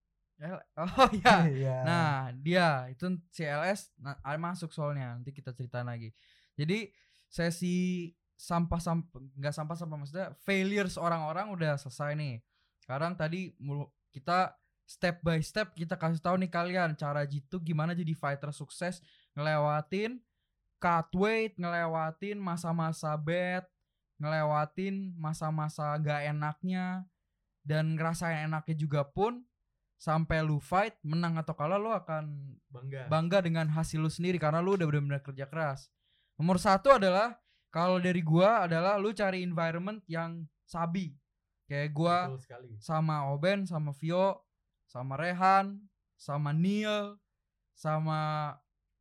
Oh iya. Iya. Nah dia itu si LS masuk soalnya, nanti kita ceritain lagi. Jadi sesi nggak sampah maksudnya failures orang-orang udah selesai nih. Sekarang tadi kita step by step kita kasih tahu nih kalian cara jitu gimana jadi fighter sukses, ngelewatin cut weight, ngelewatin masa-masa bad, ngelewatin masa-masa gak enaknya, dan ngerasain enaknya juga pun sampai lu fight, menang atau kalah lu akan bangga dengan hasil lu sendiri karena lu udah benar-benar kerja keras. Nomor 1 adalah kalau dari gua adalah lu cari environment yang sabi. Kayak gua sama Oben, sama Vio, sama Rehan, sama Neil, sama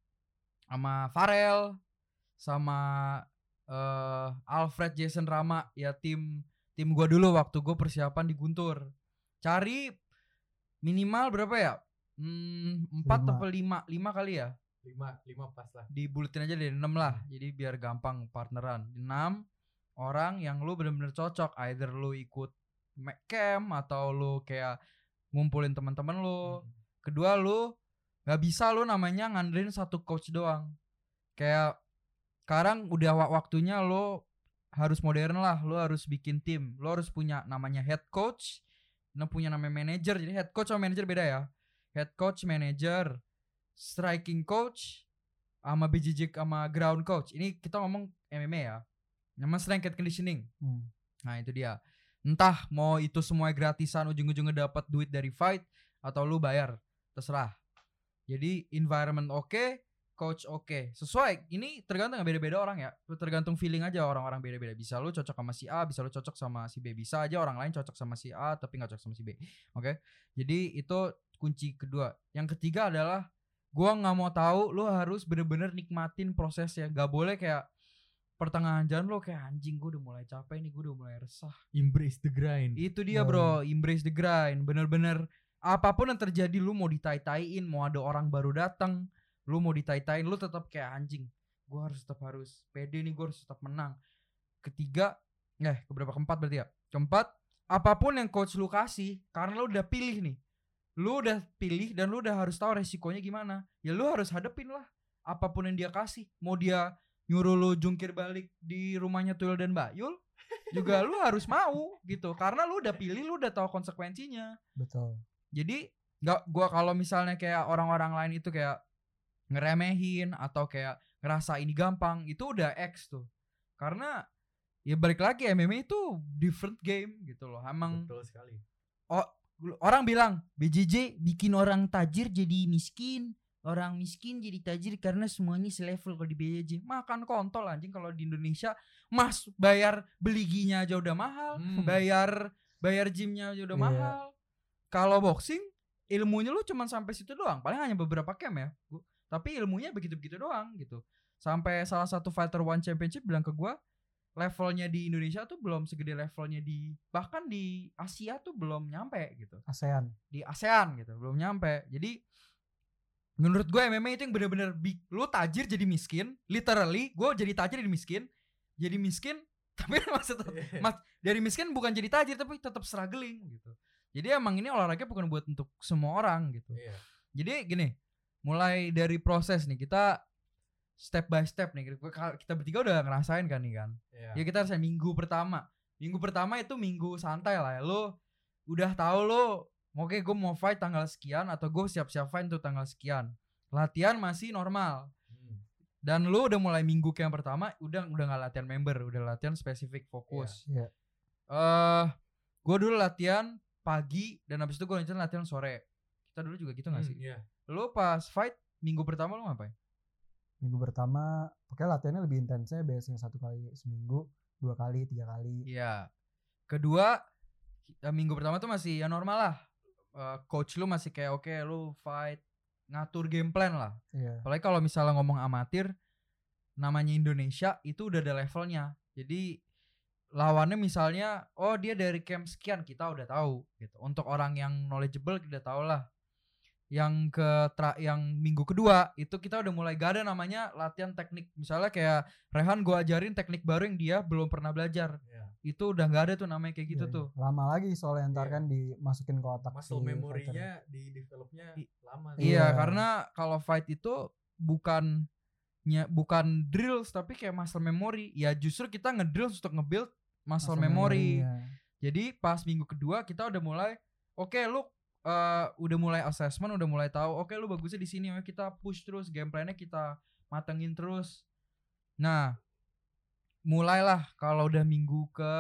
Farel, sama Alfred, Jason, Rama, ya tim gua dulu waktu gua persiapan di Guntur. Cari minimal berapa ya? 4 atau 5 kali ya? 5 pas lah. Dibuletin aja deh 6 lah. Jadi biar gampang partneran. 6 orang yang lu bener-bener cocok. Either lu ikut camp atau lu kayak ngumpulin teman-teman lu. Kedua lu gak bisa lu namanya ngandelin satu coach doang. Kayak sekarang udah waktunya lu harus modern lah. Lu harus bikin tim. Lu harus punya namanya head coach, punya namanya manager. Jadi head coach sama manager beda ya. Head coach, manager, striking coach, sama BJJ sama ground coach. Ini kita ngomong MMA ya. Nama strength and conditioning. Nah itu dia. Entah mau itu semua gratisan, ujung-ujungnya dapat duit dari fight atau lu bayar, terserah. Jadi environment oke, coach oke. Sesuai. Ini tergantung beda-beda orang ya. Tergantung feeling aja orang-orang beda-beda. Bisa lu cocok sama si A, bisa lu cocok sama si B. Bisa aja orang lain cocok sama si A tapi gak cocok sama si B. Oke. Jadi itu kunci kedua. Yang ketiga adalah gua gak mau tahu, lu harus bener-bener nikmatin prosesnya. Gak boleh kayak pertengahan jalan lo kayak anjing gue udah mulai capek nih, gue udah mulai resah. Embrace the grind. Itu dia bro, embrace the grind. Bener-bener apapun yang terjadi, lu mau ditai-taiin, mau ada orang baru datang, lu mau ditai-taiin, lu tetap kayak anjing. Gue harus pede nih, gue harus tetap menang. Keempat berarti ya. Keempat, apapun yang coach lu kasih, karena lu udah pilih nih. Lu udah pilih dan lu udah harus tahu resikonya gimana. Ya lu harus hadepin lah apapun yang dia kasih. Mau dia nyuruh lu jungkir balik di rumahnya Tuyul dan Bayul juga lu harus mau gitu, karena lu udah pilih, lu udah tahu konsekuensinya. Betul. Jadi gua kalau misalnya kayak orang-orang lain itu kayak ngeremehin atau kayak ngerasa ini gampang, itu udah X tuh. Karena ya balik lagi MMA itu different game gitu loh. Emang betul sekali. Orang bilang BJJ bikin orang tajir jadi miskin, orang miskin jadi tajir karena semuanya selevel. Kalau di BJJ makan kontol anjing. Kalau di Indonesia mas bayar beli ginya aja udah mahal, bayar gymnya aja udah mahal. Kalau boxing ilmunya lu cuman sampai situ doang, paling hanya beberapa camp ya, tapi ilmunya begitu-begitu doang gitu. Sampai salah satu Fighter One Championship bilang ke gua, levelnya di Indonesia tuh belum segede levelnya bahkan di Asia tuh belum nyampe gitu. Di ASEAN gitu belum nyampe. Jadi menurut gue MMA itu yang bener-bener lu tajir jadi miskin, literally gue jadi tajir jadi miskin tapi maksudnya dari miskin bukan jadi tajir tapi tetap struggling gitu. Jadi emang ini olahraga bukan buat untuk semua orang gitu. Jadi gini, mulai dari proses nih, kita step by step nih, kita bertiga udah ngerasain kan nih kan. Ya kita rasain minggu pertama itu minggu santai lah ya. Lu udah tahu lu oke, gue mau fight tanggal sekian atau gue siap-siap fight untuk tanggal sekian. Latihan masih normal. Dan lu udah mulai minggu yang pertama udah gak latihan member, udah latihan spesifik fokus. Gue dulu latihan pagi dan habis itu gue latihan sore. Kita dulu juga gitu gak sih? Lu pas fight minggu pertama lu ngapain? Minggu pertama pokoknya latihannya lebih intensnya, biasanya 1 kali seminggu, 2 kali, 3 kali. Iya. Kedua minggu pertama tuh masih ya normal lah. Coach lu masih kayak oke, lu fight, ngatur game plan lah. Apalagi kalau misalnya ngomong amatir, namanya Indonesia itu udah ada levelnya. Jadi lawannya misalnya dia dari camp sekian, kita udah tahu gitu. Untuk orang yang knowledgeable kita tahu lah. Yang minggu kedua itu kita udah mulai gak ada namanya latihan teknik. Misalnya kayak Rehan gue ajarin teknik baru yang dia belum pernah belajar. Itu udah gak ada tuh namanya kayak gitu tuh. Lama lagi soalnya ntar kan dimasukin ke otak. Muscle memorinya di developnya lama. Iya, karena kalau fight itu bukan drills tapi kayak muscle memory. Ya justru kita ngedrills untuk nge-build muscle memory. Jadi pas minggu kedua kita udah mulai lu udah mulai assessment, udah mulai tahu lu bagusnya di sini, kita push terus, game plan-nya kita matengin terus. Nah, mulailah kalau udah minggu ke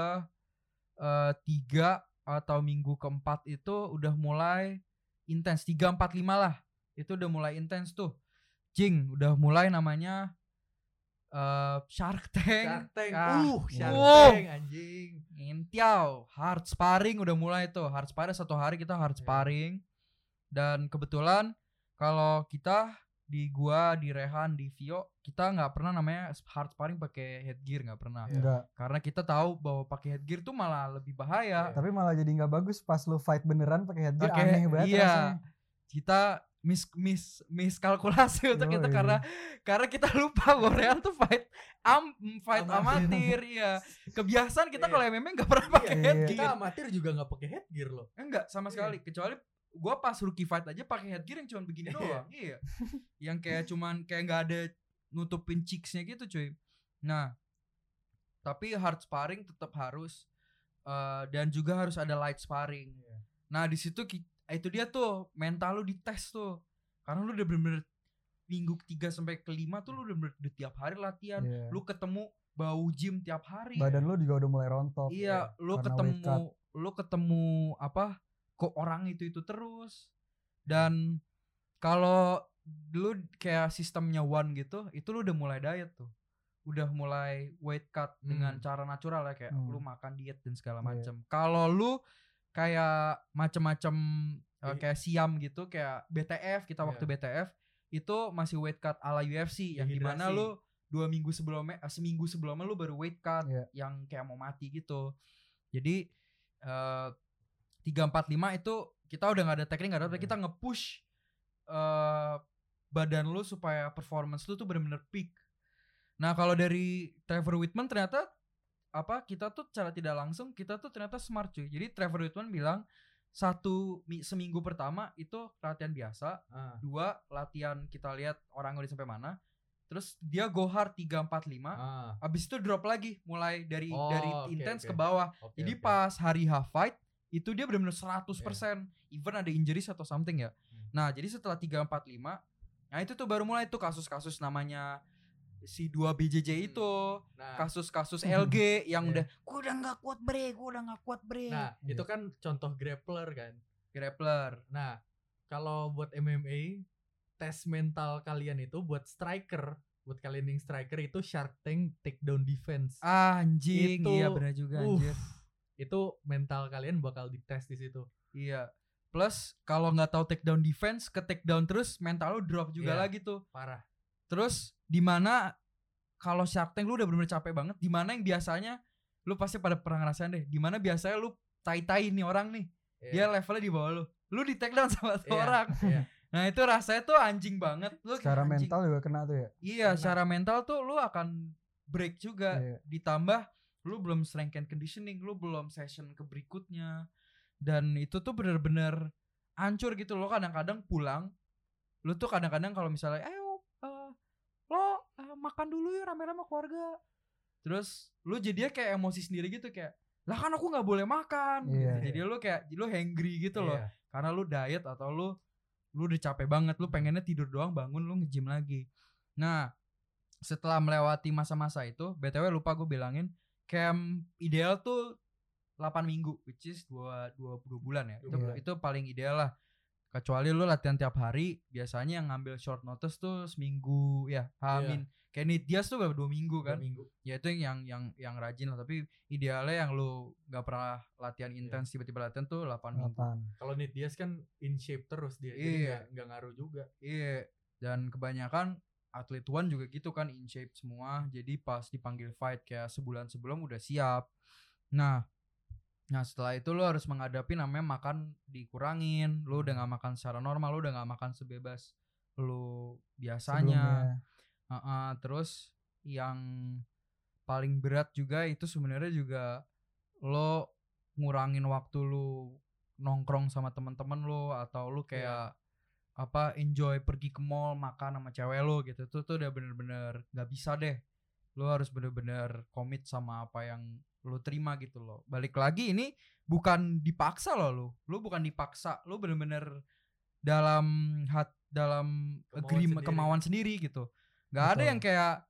3 atau minggu keempat itu udah mulai intens. 3, 4, 5 lah. Itu udah mulai intens tuh. Udah mulai namanya Shark Tank. Shark Tank anjing. Intiau, hard sparring udah mulai tuh. Hard sparring 1 hari kita hard sparring. Dan kebetulan kalau kita di gua, di Rehan, di Vio, kita nggak pernah namanya hard sparring pakai headgear, nggak pernah. Karena kita tabu bahwa pakai headgear tuh malah lebih bahaya. Tapi malah jadi nggak bagus pas lu fight beneran pakai headgear, aneh banget rasanya. Kita miskalkulasi untuk itu karena kita lupa bahwa Rehan tuh fight amatir ya. Kebiasaan kita kalau MMA nggak pernah pakai headgear. Kita amatir juga nggak pakai headgear loh. Enggak sama sekali, kecuali gua pas rookie fight aja pakai headgear yang cuma begini doang. Iya. Yang kayak cuman kayak nggak ada nutupin cheeks-nya gitu cuy. Nah, tapi hard sparring tetap harus dan juga harus ada light sparring. Nah di situ itu dia tuh mental lu dites tuh, karena lu udah bener-bener minggu 3 sampai ke 5 tuh lu udah bener tiap hari latihan, lu ketemu bau gym tiap hari, badan lu juga udah mulai rontok. Iya, lu ketemu apa kok orang itu terus. Dan kalau lu kayak sistemnya one gitu, itu lu udah mulai diet tuh, udah mulai weight cut dengan cara natural ya, kayak lu makan diet dan segala macam. Kalau lu kayak macam-macam kayak siam gitu, kayak BTF kita waktu BTF itu masih weight cut ala UFC yang dimana lu 2 minggu sebelumnya, seminggu sebelumnya lu baru weight cut yang kayak mau mati gitu. Jadi 3-4-5 itu kita udah gak ada teknik, gak ada kita nge-push badan lu supaya performance lu tuh bener-bener peak. Nah kalau dari Trevor Whitman ternyata kita tuh secara tidak langsung kita tuh ternyata smart cuy. Jadi Trevor Whitman bilang seminggu pertama itu latihan biasa, 2 latihan kita lihat orang udah sampai mana, terus dia go hard 3-4-5, abis itu drop lagi mulai dari intense ke bawah. Jadi pas hari half fight itu dia benar-benar 100%, even ada injuries atau something ya. Nah jadi setelah 3-4-5, nah itu tuh baru mulai tuh kasus-kasus namanya si 2 BJJ itu, kasus-kasus LG yang udah gue udah nggak kuat bre. Nah itu kan contoh grappler kan. Nah kalau buat MMA, tes mental kalian itu buat striker, buat kalian yang striker itu Shark Tank takedown defense. Anjing, iya benar juga anjir. Itu mental kalian bakal dites di situ. Iya. Plus kalau nggak tahu takedown defense, ke takedown terus mental lu drop juga lagi tuh. Parah. Terus dimana kalau Shark Tank lu udah bener-bener capek banget, dimana yang biasanya lu pasti pada pernah ngerasain deh, dimana biasanya lu tai-tai nih orang nih, dia levelnya di bawah lu di take down sama orang. Nah itu rasanya tuh anjing banget. Lu secara mental juga kena tuh ya. Iya, secara mental tuh lu akan break juga. Ditambah lu belum strength and conditioning, lu belum session ke berikutnya, dan itu tuh bener-bener hancur gitu. Lo kadang-kadang pulang, lu tuh kadang-kadang kalau misalnya lo makan dulu ya rame-rame keluarga, terus lu jadinya kayak emosi sendiri gitu, kayak lah kan aku nggak boleh makan gitu. Jadi lu kayak lu hangry gitu loh, karena lu diet atau lu udah capek banget, lu pengennya tidur doang, bangun lu nge-gym lagi. Nah setelah melewati masa-masa itu, BTW lupa gue bilangin, camp ideal tuh 8 minggu, which is 2 bulan ya. Itu paling ideal lah. Kecuali lu latihan tiap hari, biasanya yang ngambil short notice tuh seminggu ya. Kayak Nate Diaz tuh baru 2 minggu kan. 2 minggu. Ya itu yang rajin lah, tapi idealnya yang lu enggak pernah latihan intens tiba-tiba latihan tuh 8 minggu. Kalau Nate Diaz kan in shape terus dia. Jadi enggak ngaruh juga. Iya. Dan kebanyakan atlet one juga gitu kan, in shape semua. Jadi pas dipanggil fight kayak sebulan sebelum udah siap. Nah setelah itu lu harus menghadapi namanya makan dikurangin. Lu udah gak makan secara normal, lu udah gak makan sebebas lu biasanya. Terus yang paling berat juga itu sebenarnya juga lo ngurangin waktu lu nongkrong sama teman-teman lu, atau lu kayak enjoy pergi ke mall makan sama cewek lu gitu. Itu tuh udah bener-bener gak bisa deh. Lu harus bener-bener komit sama apa yang lu terima gitu loh. Balik lagi, ini bukan dipaksa loh lu bukan dipaksa, lu bener-bener dalam kemauan sendiri gitu. Gak ada yang kayak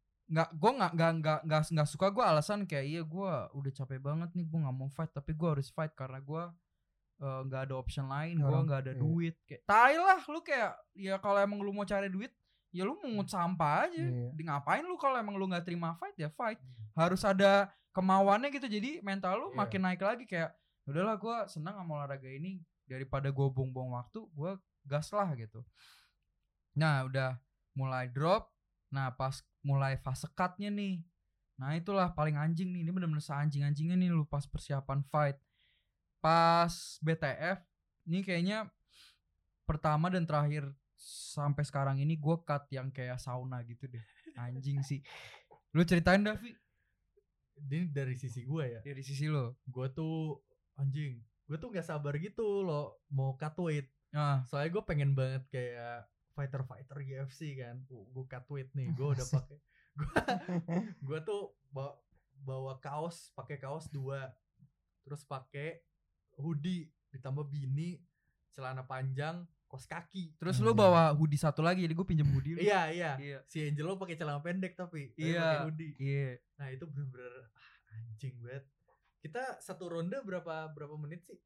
nggak suka gue alasan kayak iya gue udah capek banget nih, gue nggak mau fight tapi gue harus fight karena gue nggak ada option lain, gue nggak ada duit. Kayak tai lah lu, kayak ya kalau emang lu mau cari duit ya lu mungut sampah aja. Di ngapain lu kalau emang lu nggak terima fight ya fight. Harus ada kemauannya gitu, jadi mental lu makin naik lagi, kayak udahlah gue senang sama olahraga ini, daripada gue buang-buang waktu gue gas lah gitu. Nah udah mulai drop, nah pas mulai fase cutnya nih, nah itulah paling anjing nih, ini bener-bener seanjing-anjingnya nih lu pas persiapan fight. Pas BTF ini kayaknya pertama dan terakhir sampai sekarang ini gue cut yang kayak sauna gitu deh. Anjing sih. Lu ceritain dah, Vi. Ini dari sisi gue ya. Dari sisi lo. Gue tuh anjing, gue tuh gak sabar gitu loh mau cut weight. Soalnya gue pengen banget kayak fighter UFC kan. Gue cut weight nih, gue udah pakai. Gue tuh bawa kaos, pakai kaos 2, terus pakai hoodie ditambah bini, celana panjang, kaos kaki. Terus lu bawa hoodie satu lagi, jadi gue pinjem hoodie lu. Iya. Si Angelo pakai celana pendek tapi pakai hoodie. Iya. Nah, itu bener-bener anjing banget. Kita satu ronde berapa menit sih?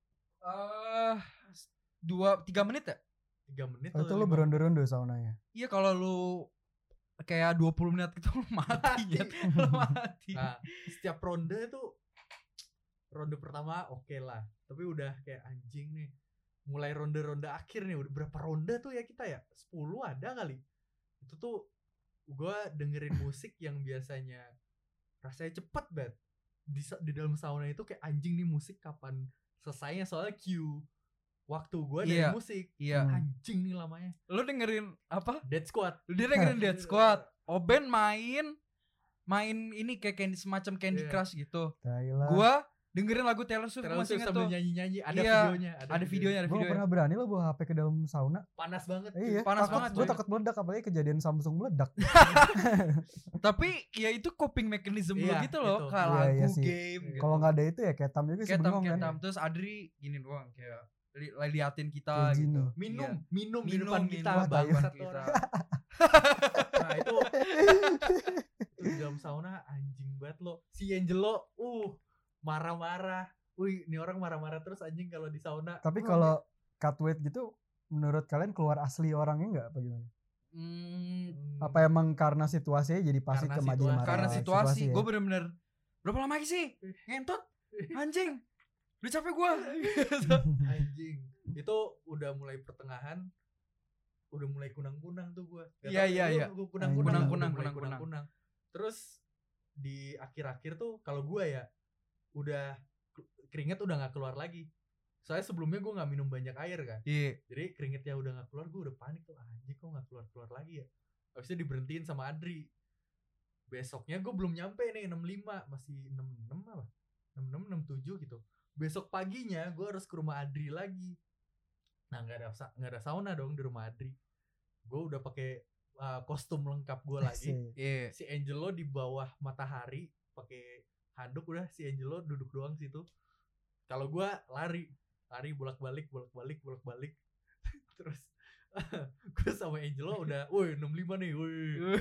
2-3 menit ya? 3 menit. Oh, itu lu beronde-ronde saunanya. Iya, kalau lu kayak 20 menit gitu lu mati. Lu mati. Nah, setiap ronde itu ronde pertama oke lah, tapi udah kayak anjing nih. Mulai ronde-ronde akhir nih, udah berapa ronde tuh ya kita ya? 10 ada kali. Itu tuh gua dengerin musik yang biasanya rasanya cepet banget. Di dalam sauna itu kayak anjing nih musik kapan selesainya, soalnya cue waktu gua dari musik. Iya. Anjing nih lamanya. Lu dengerin apa? Dead Squad. Dia dengerin Dead Squad. Oben main ini kayak semacam Candy Crush gitu. Gua dengerin lagu Taylor Swift sambil nyanyi-nyanyi, ada videonya. Gue pernah berani lo bawa HP ke dalam sauna. Panas banget. Iya, panas banget. Gue takut meledak, apalagi kejadian Samsung meledak. Tapi ya itu coping mechanism lo gitu loh, kayak lagu game. Gitu. Kalau nggak ada itu ya ketam juga sih bengong kan. Terus Adri gini doang kayak liatin kita gitu. Minum di depan kita, bangsat orang. Nah, itu di dalam sauna anjing banget lo. Si Angelo marah-marah. Wih, ini orang marah-marah terus anjing kalau di sauna. Tapi kalau cut weight gitu, menurut kalian keluar asli orangnya nggak apa gimana? Apa emang karena situasinya jadi pasti kemajuan marah? Karena situasi. Gue bener-bener berapa lama lagi sih ngentot anjing. Udah capek gue. Anjing. Itu udah mulai pertengahan. Udah mulai kunang-kunang tuh gue. Iya. Kunang-kunang. Terus di akhir-akhir tuh kalau gue ya udah keringet udah nggak keluar lagi. Soalnya sebelumnya gue nggak minum banyak air kan. Iya. Jadi keringetnya udah nggak keluar, gue udah panik tuh, anjing kok nggak keluar lagi ya. Habisnya diberhentiin sama Adri. Besoknya gue belum nyampe nih 65, masih 66 apa? 66 67 gitu. Besok paginya gue harus ke rumah Adri lagi. Nah nggak ada sauna dong di rumah Adri. Gue udah pakai kostum lengkap gue lagi. Si Angelo di bawah matahari pakai handuk, udah si Angelo duduk doang situ. Kalau gue lari bolak-balik. Terus gue sama Angelo udah, woi 65 nih, woi.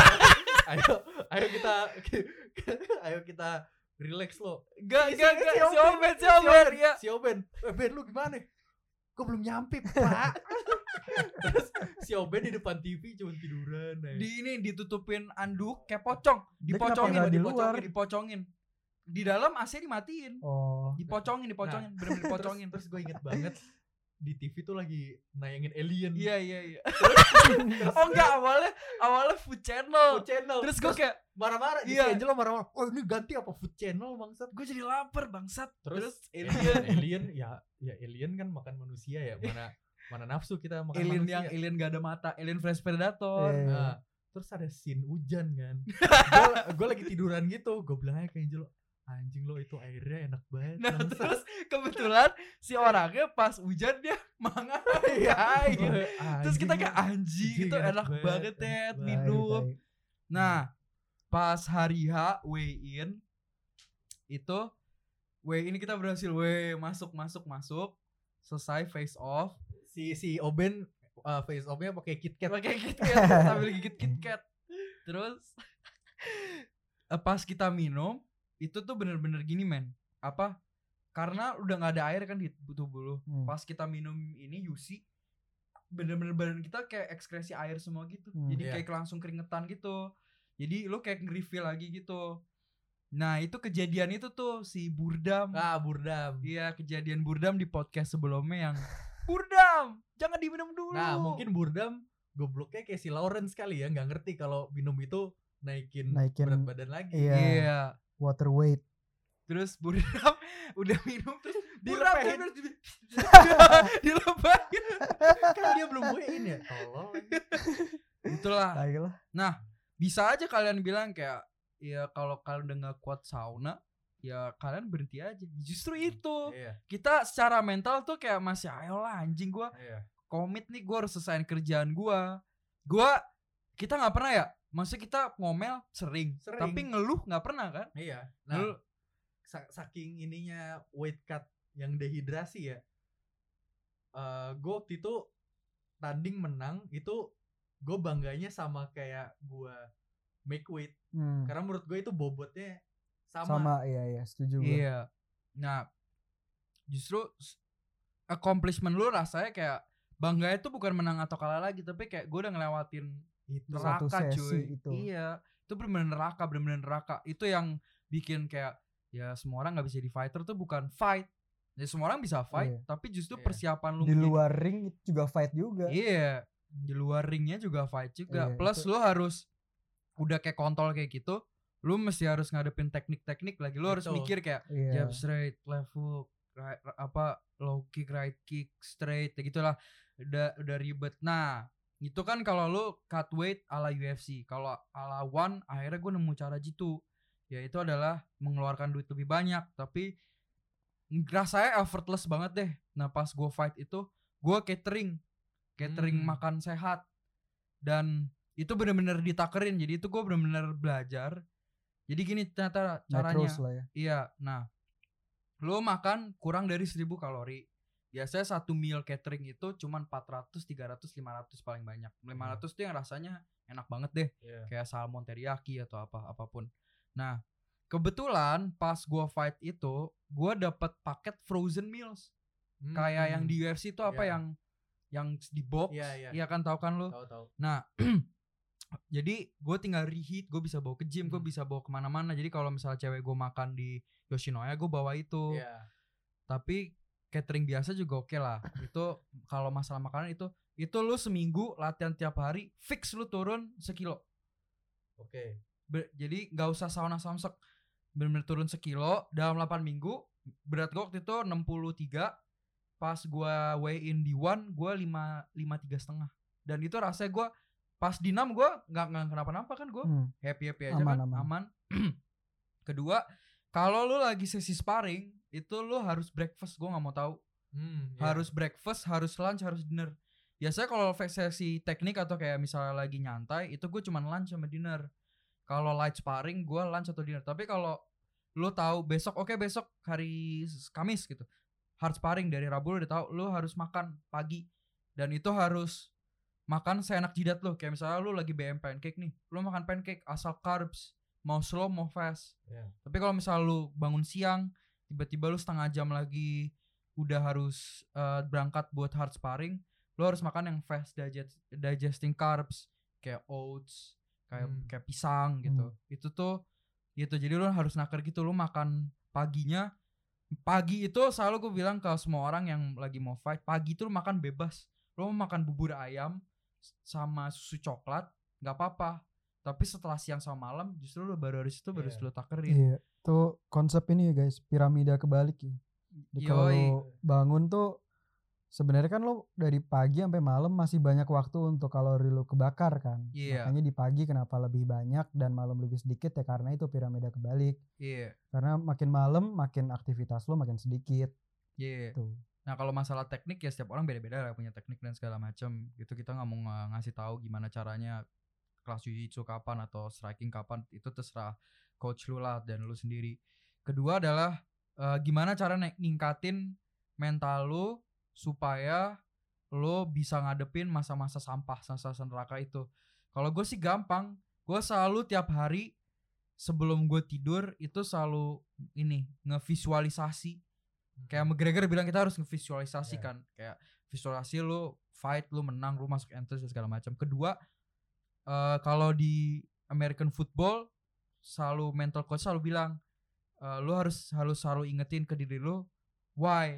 ayo kita relax lo. Gak si Oben. Ben lu gimana? Gue belum nyampe, Pak. Terus si Oben di depan TV cuma tiduran. Ditutupin anduk kayak pocong, dipocongin. Di dalam AC dimatiin. Dipocongin, bener-bener dipocongin. Terus gue inget banget di TV tuh lagi nayangin Alien. Iya. Oh enggak, awalnya Food Channel. Terus gue kayak marah-marah. Iya. Angelo marah-marah. Oh ini ganti apa Food Channel bangsat? Gue jadi lapar bangsat. Terus Alien ya Alien kan makan manusia ya. Mana nafsu kita makan alien manusia. Yang alien gak ada mata, Alien Fresh Predator. Nah, terus ada scene hujan kan. Gue lagi tiduran gitu. Gue bilang aja ke Angelo, anjing lo itu airnya enak banget. Nah terus kebetulan si orangnya pas hujan dia mangan gitu. Terus kita kayak anjing itu enak banget ya minum. Nah pas hari H weigh in kita berhasil masuk. Selesai face off. Si Oben face off-nya pakai KitKat sambil gigit KitKat. Terus pas kita minum itu tuh bener-bener gini men, karena udah nggak ada air kan di tubuh lu. Pas kita minum ini Yusi, bener-bener badan kita kayak ekskresi air semua gitu. Jadi kayak langsung keringetan gitu. Jadi lu kayak nge-refill lagi gitu. Nah itu kejadian itu tuh si Burdam. Burdam. Iya, kejadian Burdam di podcast sebelumnya yang Burdam jangan diminum dulu. Nah mungkin Burdam gobloknya kayak si Lawrence kali ya, nggak ngerti kalau minum itu naikin berat badan lagi. Iya. Water weight. Terus Burdam udah minum terus dilepain. Kan dia belum weigh-in ya. Tolong. Itulah. Nah, bisa aja kalian bilang kayak ya kalau kalian udah gak kuat sauna, ya kalian berhenti aja. Justru itu. Kita secara mental tuh kayak masih ayolah anjing gue. Komit nih, gue harus selesaiin kerjaan gue. Kita gak pernah ya. Maksudnya kita ngomel sering. Tapi ngeluh gak pernah kan? Iya. Nah, saking ininya weight cut yang dehidrasi ya. gue waktu itu tanding menang itu gue bangganya sama kayak gue make weight. Karena menurut gue itu bobotnya sama. Iya setuju gue. Iya. Nah, justru accomplishment lu rasanya kayak bangga itu bukan menang atau kalah lagi, tapi kayak gue udah ngelewatin Itu neraka cuy. Itu. Iya, itu bener-bener neraka. Itu yang bikin kayak ya semua orang nggak bisa di fighter tuh bukan fight. Ya semua orang bisa fight, tapi justru persiapan lu di luar ring itu juga fight juga. Iya, di luar ringnya juga fight juga. Plus lu harus udah kayak kontol kayak gitu, lu mesti harus ngadepin teknik-teknik lagi. Lu harus mikir kayak jab straight, left hook, right, low kick, right kick, straight, kayak gitulah. Udah ribet. Nah, itu kan kalau lu cut weight ala UFC. Kalau ala One akhirnya gue nemu cara jitu. Yaitu adalah mengeluarkan duit lebih banyak, tapi rasanya effortless banget deh. Nah, pas gue fight itu, gue catering makan sehat. Dan itu bener-bener ditakerin. Jadi itu gue bener-bener belajar. Jadi gini ternyata caranya. Ya. Iya, nah lo makan kurang dari 1000 kalori. Biasanya satu meal catering itu cuman 400, 300, 500 paling banyak. 500 tuh yang rasanya enak banget deh. Kayak salmon teriyaki atau apapun. Nah, kebetulan pas gue fight itu, gue dapet paket frozen meals. Kayak yang di UFC itu apa yang di box. Iya kan, tahu kan lo? Tahu. Nah, jadi gue tinggal reheat, gue bisa bawa ke gym, gue bisa bawa kemana-mana. Jadi kalau misalnya cewek gue makan di Yoshinoya, gue bawa itu. Tapi catering biasa juga oke lah. Itu kalau masalah makanan itu lu seminggu latihan tiap hari, fix lu turun 1 kilo. Oke. Jadi nggak usah sauna samsek, bener-bener turun 1 kilo dalam 8 minggu. Berat gue waktu itu 63. Pas gue weigh in di One, gue 53,5. Dan itu rasanya gue pas di 6 gue nggak kenapa-napa kan, gue happy aja aman. Kedua, kalau lu lagi sesi sparring itu lu harus breakfast, gue nggak mau tahu. Harus breakfast, harus lunch, harus dinner. Biasanya kalau sesi teknik atau kayak misalnya lagi nyantai itu gue cuma lunch sama dinner. Kalau light sparring gue lunch atau dinner. Tapi kalau lu tahu besok hari Kamis gitu, hard sparring dari Rabu lu udah tahu lu harus makan pagi, dan itu harus makan seenak jidat lu. Kayak misalnya lu lagi BM pancake nih, lu makan pancake asal carbs, mau slow mau fast. Tapi kalau misalnya lu bangun siang, tiba-tiba lu setengah jam lagi udah harus berangkat buat hard sparring, lu harus makan yang fast digesting carbs, kayak oats, kayak pisang gitu. Itu tuh gitu. Jadi lu harus naker gitu. Lu makan paginya, pagi itu selalu gue bilang ke semua orang yang lagi mau fight, pagi itu lu makan bebas. Lu mau makan bubur ayam sama susu coklat nggak apa-apa, tapi setelah siang sama malam justru lu baru harus itu baru lu takerin. Iya, tuh konsep ini ya guys, piramida kebalik ya. Kalau lu bangun tuh sebenarnya kan lu dari pagi sampai malam masih banyak waktu untuk kalori lu kebakar kan. Makanya di pagi kenapa lebih banyak dan malam lebih sedikit ya, karena itu piramida kebalik. Karena makin malam makin aktivitas lu makin sedikit. Tuh. Nah, kalau masalah teknik ya setiap orang beda-beda lah, punya teknik dan segala macam. Gitu kita nggak mau ngasih tahu gimana caranya kelas jiu-jitsu kapan atau striking kapan, itu terserah coach lu lah dan lu sendiri. Kedua adalah gimana cara ningkatin mental lu supaya lu bisa ngadepin masa-masa sampah, masa-masa neraka itu. Kalau gue sih gampang, gue selalu tiap hari sebelum gue tidur itu selalu ngevisualisasi. Kayak McGregor bilang kita harus ngevisualisasi kan, kayak visualisasi lu fight, lu menang, lu masuk entrance dan segala macam. Kedua, kalau di American football selalu mental coach selalu bilang lu harus selalu ingetin ke diri lu why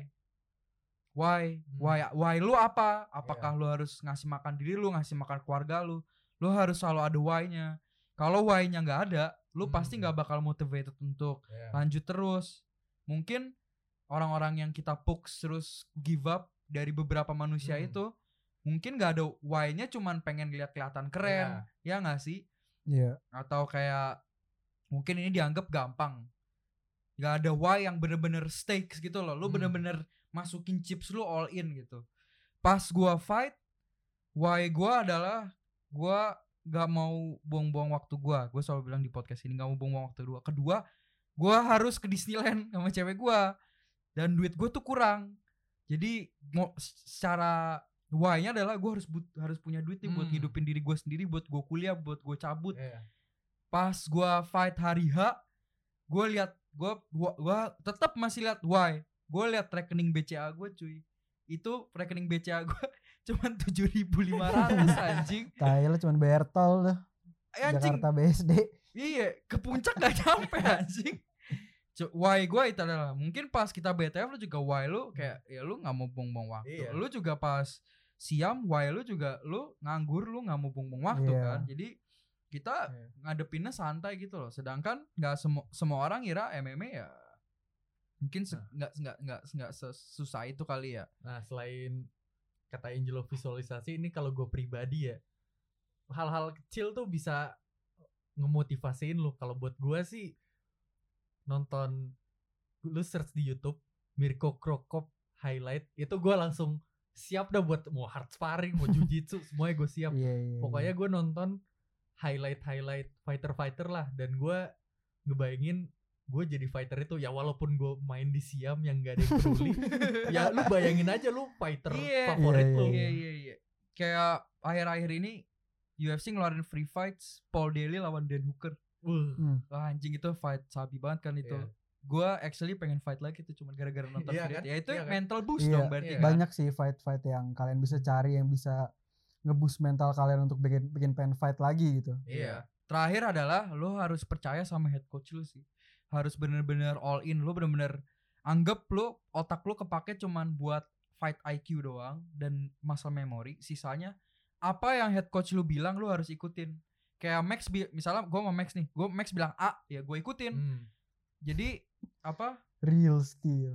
lu apa? Apakah lu harus ngasih makan diri lu, ngasih makan keluarga lu? Lu harus selalu ada why-nya. Kalau why-nya nggak ada, lu pasti nggak bakal motivated untuk lanjut terus. Mungkin orang-orang yang kita push terus give up dari beberapa manusia itu mungkin nggak ada why-nya, cuman pengen kelihatan keren, ya nggak sih? Atau kayak mungkin ini dianggap gampang, nggak ada why yang bener-bener stakes gitu loh. Lu bener-bener masukin chips lu all in gitu. Pas gua fight, why gua adalah gua gak mau buang-buang waktu gua. Gua selalu bilang di podcast ini, gak mau buang-buang waktu gua. Kedua, gua harus ke Disneyland sama cewek gua, dan duit gua tuh kurang. Jadi secara why-nya adalah gue harus punya duit nih buat hidupin diri gue sendiri, buat gue kuliah, buat gue cabut. Pas gue fight hari H, gue lihat gue tetap masih lihat why. Gue lihat rekening BCA gue cuy. Itu rekening BCA gue cuman 7.500 anjing. Thailand cuman bayar tol dah. Jakarta BSD. Iya, ke puncak gak nyampe anjing. Why gue itu adalah mungkin pas kita BTF lu juga why lu kayak ya lu nggak mau buang-buang waktu. Lu juga pas siam why lu juga lu nganggur, lu nggak mau buang-buang waktu kan. Jadi kita ngadepinnya santai gitu loh. Sedangkan nggak semua orang kira MMA ya mungkin nggak sesusah itu kali ya. Nah selain kata Angelo visualisasi, ini kalau gue pribadi ya hal-hal kecil tuh bisa ngemotivasiin lu. Kalau buat gue sih nonton, lu search di YouTube Mirko Krokop highlight, itu gue langsung siap dah buat mau hard sparring, mau jujitsu, semuanya gue siap. Pokoknya gue nonton highlight fighter lah, dan gue ngebayangin gue jadi fighter itu ya, walaupun gue main di Siam yang gak ada yang peduli. Ya lu bayangin aja lu fighter favorit lu. Iya. Kayak akhir-akhir ini UFC ngeluarin free fights Paul Daly lawan Dan Hooker. Wah, anjing itu fight sabi banget kan itu. Gue actually pengen fight lagi tuh cuma gara-gara nonton video. Kan? Ya itu mental boost dong berarti. Banyak sih fight yang kalian bisa cari yang bisa ngeboost mental kalian untuk bikin pengen fight lagi gitu. Iya. Terakhir adalah lo harus percaya sama head coach lo sih. Harus bener-bener all in. Lo bener-bener anggap lo otak lo kepake cuman buat fight IQ doang dan muscle memory. Sisanya apa yang head coach lo bilang lo harus ikutin. Kayak Max misalnya gue sama Max nih, Max bilang A ya gue ikutin. Jadi apa? Real steel.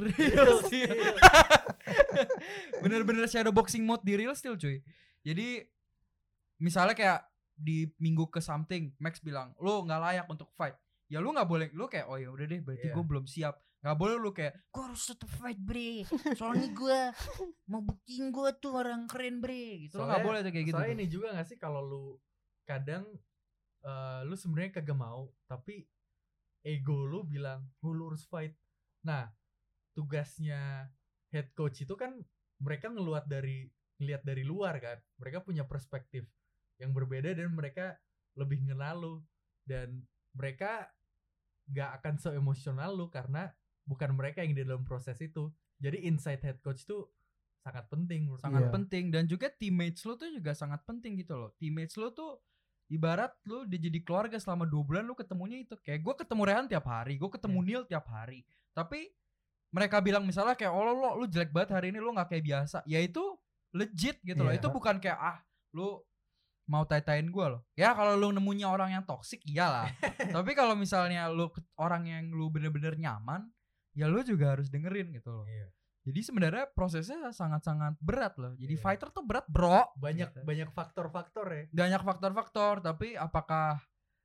Bener-bener shadow boxing mode di Real Steel cuy. Jadi misalnya kayak di minggu ke something Max bilang lo nggak layak untuk fight, ya lu nggak boleh, lu kayak oh ya udah deh berarti gue belum siap. Nggak boleh lu kayak gue harus tetap fight bre, soalnya gue mau buktiin gue tuh orang keren bre gitu. Lu nggak boleh tuh kayak gitu. Soalnya ini juga nggak sih kalau lu kadang lu sebenarnya kagak mau tapi ego lu bilang lu harus fight. Nah tugasnya head coach itu kan mereka ngelihat dari luar kan, mereka punya perspektif yang berbeda dan mereka lebih kenal lu, dan mereka nggak akan se-emosional lu karena bukan mereka yang di dalam proses itu. Jadi inside head coach tuh sangat penting, penting. Dan juga teammates lu tuh juga sangat penting gitu loh. Teammates lu tuh ibarat lu udah jadi keluarga selama 2 bulan lu ketemunya itu. Kayak gue ketemu Rehan tiap hari, gue ketemu Neil tiap hari. Tapi mereka bilang misalnya kayak oh lu jelek banget hari ini, lu gak kayak biasa. Ya itu legit gitu loh. Itu bukan kayak lu mau tai-tain gue loh. Ya kalau lu nemunya orang yang toksik iyalah. Tapi kalau misalnya lu orang yang lu bener-bener nyaman, ya lu juga harus dengerin gitu loh. Jadi sebenarnya prosesnya sangat-sangat berat loh. Jadi fighter tuh berat bro. Banyak faktor-faktor ya. Banyak faktor-faktor. Tapi apakah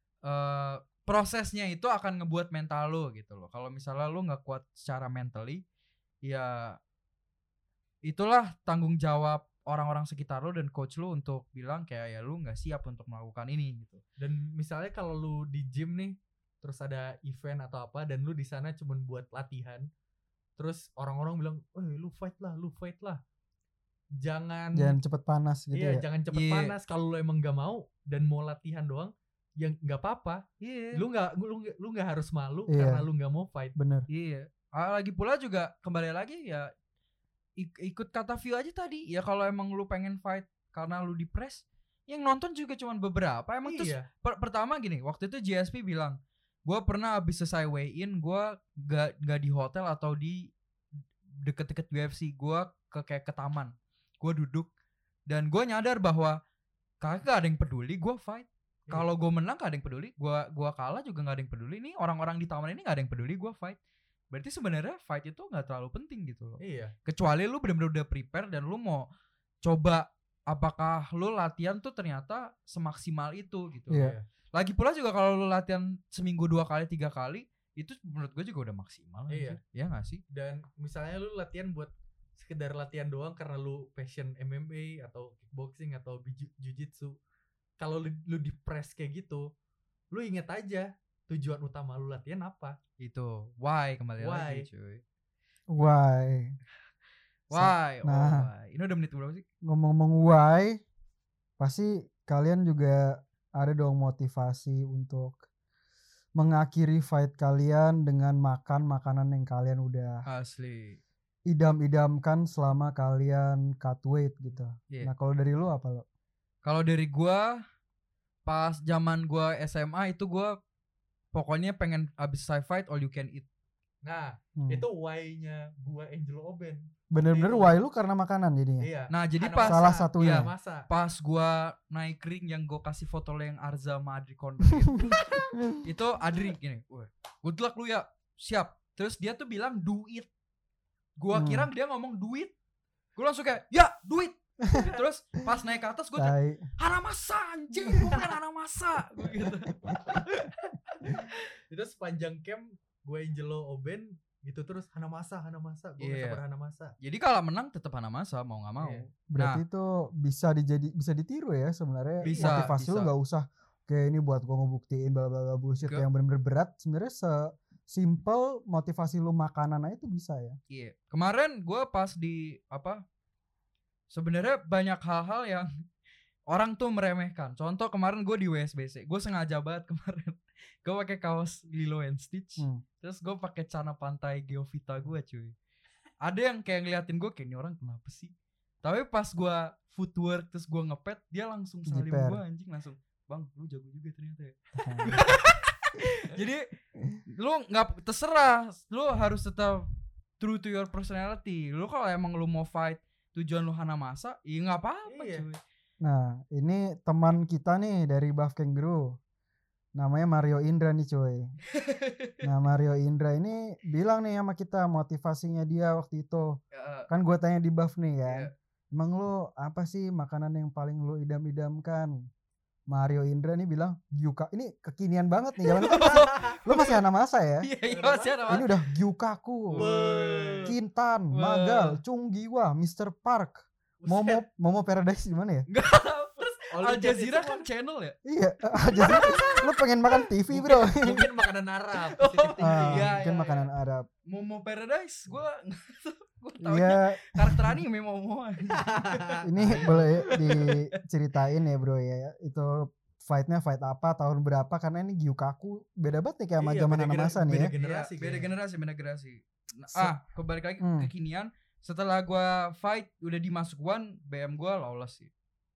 prosesnya itu akan ngebuat mental lo gitu loh. Kalau misalnya lo gak kuat secara mentally, ya itulah tanggung jawab orang-orang sekitar lo dan coach lo untuk bilang kayak ya lo gak siap untuk melakukan ini gitu. Dan misalnya kalau lo di gym nih, terus ada event atau apa dan lo di sana cuma buat latihan, terus orang-orang bilang, lu fight lah. Jangan cepet panas gitu ya. Jangan cepet panas. Kalau lu emang gak mau dan mau latihan doang, ya gak apa-apa. Lu gak harus malu karena lu gak mau fight. Bener. Lagi pula juga kembali lagi ya ikut kata view aja tadi. Ya kalau emang lu pengen fight karena lu depres, yang nonton juga cuma beberapa. Emang terus pertama gini, waktu itu GSP bilang, gue pernah abis selesai weigh-in, gue gak di hotel atau di deket-deket UFC, gue kayak ke taman, gue duduk dan gue nyadar bahwa kagak ada yang peduli gue fight. Kalau gue menang gak ada yang peduli, gue kalah juga gak ada yang peduli. Nih orang-orang di taman ini gak ada yang peduli gue fight. Berarti sebenarnya fight itu gak terlalu penting gitu loh. Kecuali lu benar-benar udah prepare dan lu mau coba apakah lu latihan tuh ternyata semaksimal itu gitu. Lagi pula juga kalau lu latihan seminggu 2 kali 3 kali, itu menurut gue juga udah maksimal. Ya gak sih? Dan misalnya lu latihan buat sekedar latihan doang karena lu passion MMA atau kickboxing atau jiu-jitsu, kalau lu di press kayak gitu, lu inget aja tujuan utama lu latihan apa. Itu why kembali lagi cuy. Why? Why? Nah. Ini udah menit berapa sih? Ngomong-ngomong why, pasti kalian juga ada dong motivasi untuk mengakhiri fight kalian dengan makan makanan yang kalian udah Asli. idam-idamkan selama kalian cut weight gitu. Yeah. Nah kalau dari lu apa lo? Kalau dari gua pas zaman gua SMA itu gua pokoknya pengen abis fight all you can eat. Nah, itu why-nya gua Angelo Oben. Bener-bener why lu karena makanan jadinya. Iya. Nah, jadi Hanamasa. pas Salah satunya. Hanamasa. pas gua naik ring yang gua kasih foto lo yang Arza sama Adri Konde itu Adri gini, good luck lu ya, siap. Terus dia tuh bilang do it. Gua kira dia ngomong duit. Gua langsung kayak ya duit. Terus pas naik ke atas gua kayak Hanamasa anjing, gua pengen Hanamasa gua gitu. Itu sepanjang camp gue Angelo Oben gitu terus Hanamasa gue gak sabar Hanamasa. Jadi kalau menang tetap Hanamasa mau nggak mau. Berarti itu bisa ditiru ya sebenarnya. Bisa, motivasi lu nggak usah kayak ini buat gua ngebuktiin bla bla bullshit yang bener-bener berat. Sebenarnya simple motivasi lu makanan aja itu bisa ya. Iya. Kemarin gue pas di sebenarnya banyak hal-hal yang orang tuh meremehkan. Contoh kemarin gue di WSBC, gue sengaja banget kemarin. Gue pakai kaos Lilo and Stitch, terus gue pakai celana pantai Geovita gue cuy. Ada yang kayak ngeliatin gue kayak ini orang kenapa sih? Tapi pas gue footwork terus gue ngepet, dia langsung salim gue anjing langsung, bang lu jago juga ternyata ya. Jadi lu nggak terserah, lu harus tetap true to your personality. Lu kalau emang lu mau fight tujuan lu Hanamasa, ya nggak apa-apa cuy. Nah ini teman kita nih dari Buff Kangaroo. Namanya Mario Indra nih coy. Nah Mario Indra ini bilang nih sama kita motivasinya dia waktu itu. Kan gue tanya di buff nih kan. Emang lo apa sih makanan yang paling lo idam-idamkan? Mario Indra nih bilang gyuka. Ini kekinian banget nih. Lo masih Hanamasa ya? Iya masih Hanamasa. Ini udah gyukaku, Kintan, Magal, Chunggiwa, Mr. Park, Momo Paradise di mana ya? Al Jazeera kan channel ya? Iya, Al Jazeera. Lu pengen makan TV bro? Mungkin makanan Arab. Mungkin makanan Arab. Momo Paradise, gue tahu karakter anime Momo. Ini boleh diceritain ya bro ya. Itu fightnya fight apa, tahun berapa? Karena ini Gyukaku beda banget nih kayak sama zaman Hanamasa nih ya. Beda generasi. Kembali lagi kekinian. Setelah gue fight udah dimasuk one, BM gue lawless sih.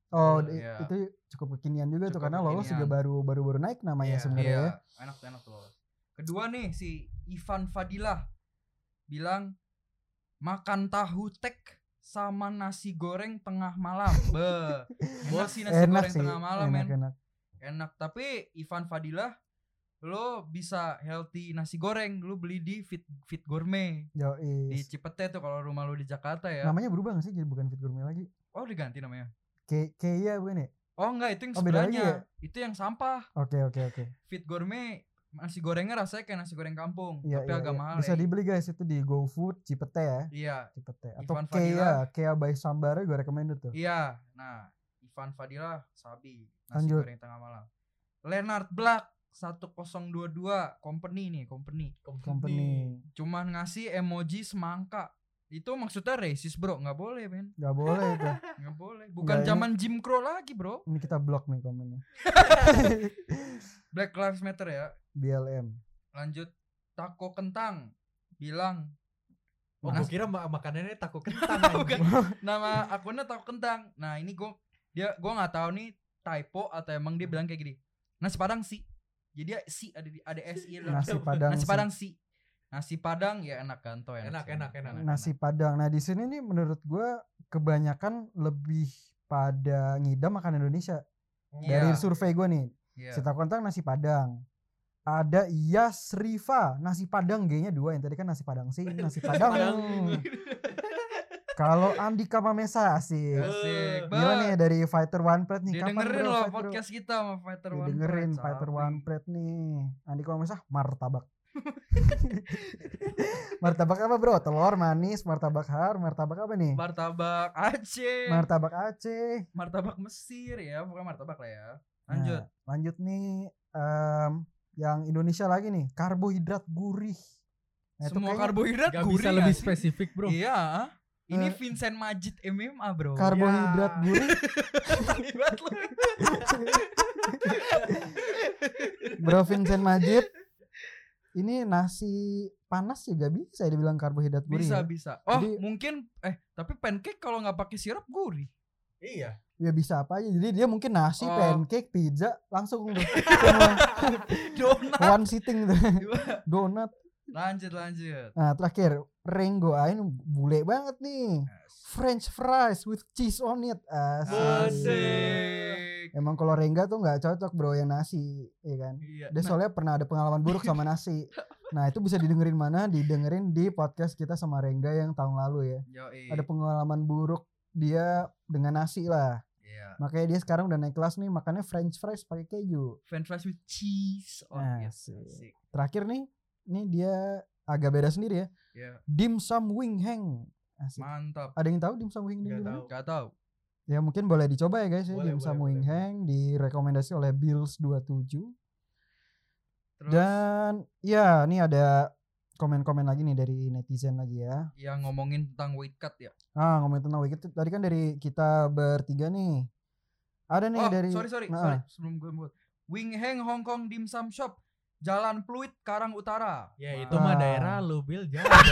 Itu cukup kekinian juga tuh karena lolos juga baru naik namanya sebenarnya. Enak tuh lolos. Kedua nih si Ivan Fadilah bilang makan tahu tek sama nasi goreng tengah malam. Enak sih nasi goreng tengah malam enak. Tapi Ivan Fadilah lo bisa healthy nasi goreng lu beli di Fit Gourmet. Di Cipete tuh kalau rumah lu di Jakarta ya. Namanya berubah gak sih jadi bukan Fit Gourmet lagi? Oh diganti namanya. Kayak bukan ya? Oh enggak, itu yang sebelahnya. Ya? Itu yang sampah. Oke. Fit Gourmet nasi gorengnya rasanya kayak nasi goreng kampung, tapi agak mahal. Bisa dibeli guys itu di GoFood Cipete ya. Iya. Cipete. Atau Kayak by Sambara gue recommended tuh. Iya. Nah, Ivan Fadilah sabi nasi Lanjut. Goreng tengah malam. Leonard Black 1022 company. Cuman ngasih emoji semangka. Itu maksudnya racist bro, nggak boleh men. Nggak boleh itu. Nggak boleh. Bukan zaman Jim Crow lagi bro. Ini kita blok nih komennya. Black Lives Matter ya. BLM. Lanjut taco kentang bilang. Gue kira makanannya taco kentang. Nama akunnya taco kentang. Nah ini gue nggak tahu nih typo atau emang dia bilang kayak gini. Nasi Padang sih. Jadi ada SI. Nasi Padang sih. Nasi Padang ya enak kan toh enak. Nasi Padang. Nah di sini nih menurut gue kebanyakan lebih pada ngidam makan Indonesia. Dari survei gue nih, si taco kentang nasi Padang. Ada Yasrifa nasi Padang G-nya 2 yang tadi kan nasi Padang sih nasi Padang. Kalau Andika Mamesa sih. Gila nih dari Fighter One Plate nih. Dengerin loh podcast kita sama Fighter One Plate. Dengerin Fighter One Plate nih. Andika Mamesa martabak. Martabak apa bro? Telur manis, martabak har, martabak apa nih? Martabak Aceh. Martabak Mesir ya, bukan martabak lah ya. Lanjut nih yang Indonesia lagi nih, karbohidrat gurih. Semua karbohidrat gak gurih bisa lebih spesifik bro. Iya. Ini Vincent Majid MMA bro. Karbohidrat gurih. Bro Vincent Majid. Ini nasi panas juga bisa dibilang karbohidrat gurih. Bisa. Oh, jadi, mungkin tapi pancake kalau nggak pakai sirup gurih. Iya. Ya bisa apa aja. Jadi dia mungkin nasi, pancake, pizza langsung tuh. Donat. One sitting tuh. Donat. Lanjut. Nah, terakhir Rengo ini bule banget nih. French fries with cheese on it. Asik. Emang kalau Rengga tuh nggak cocok bro yang nasi, ya kan? Iya. Dia soalnya pernah ada pengalaman buruk sama nasi. Nah itu bisa didengerin mana? Didengerin di podcast kita sama Rengga yang tahun lalu ya. Yoi. Ada pengalaman buruk dia dengan nasi lah. Iya. Makanya dia sekarang udah naik kelas nih, makannya French fries pakai keju. French fries with cheese on it. Asik. Terakhir nih dia agak beda sendiri ya. Yeah. Dim Sum Wing Heng. Asik. Mantap. Ada yang tahu Dim Sum Wing Heng? Gak tahu. Ya mungkin boleh dicoba ya guys ya. Boleh, Dim Sum Wing Heng direkomendasi oleh Bills27. Dan ya ini ada komen-komen lagi nih dari netizen lagi ya. Yang ngomongin tentang weight cut ya. Ngomongin tentang weight cut. Tadi kan dari kita bertiga nih. Ada nih dari sorry. Sebelum gue buat. Wing Heng Hong Kong Dim Sum Shop. Jalan Pluit, Karang Utara. Ya itu mah daerah lu Bil.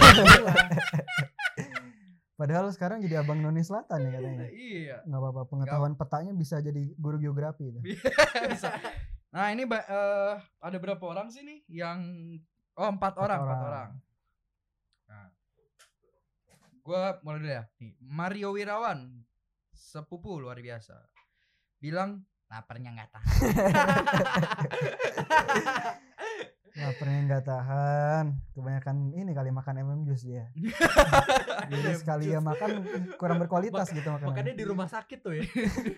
Padahal sekarang jadi abang Noni Selatan ya katanya. Iya. Nggak apa-apa, pengetahuan petanya bisa jadi guru geografi. Bisa. Nah ini ada berapa orang sih nih yang 4 orang. Nah, gue mulai dulu ya. Nih, Mario Wirawan, sepupu luar biasa, bilang laparnya nggak tahan. Laparnya nggak tahan, kebanyakan ini kali makan Jus dia. Jadi sekali ya makan kurang berkualitas gitu makanannya. Makannya di rumah sakit tuh ya.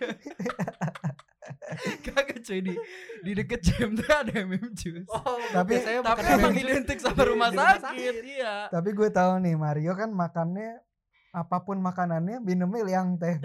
Kagak cuy, di deket gym tuh ada Jus. Tapi emang identik sama rumah sakit. Iya. Tapi gue tahu nih Mario kan makannya apapun makanannya minumnya yang teh.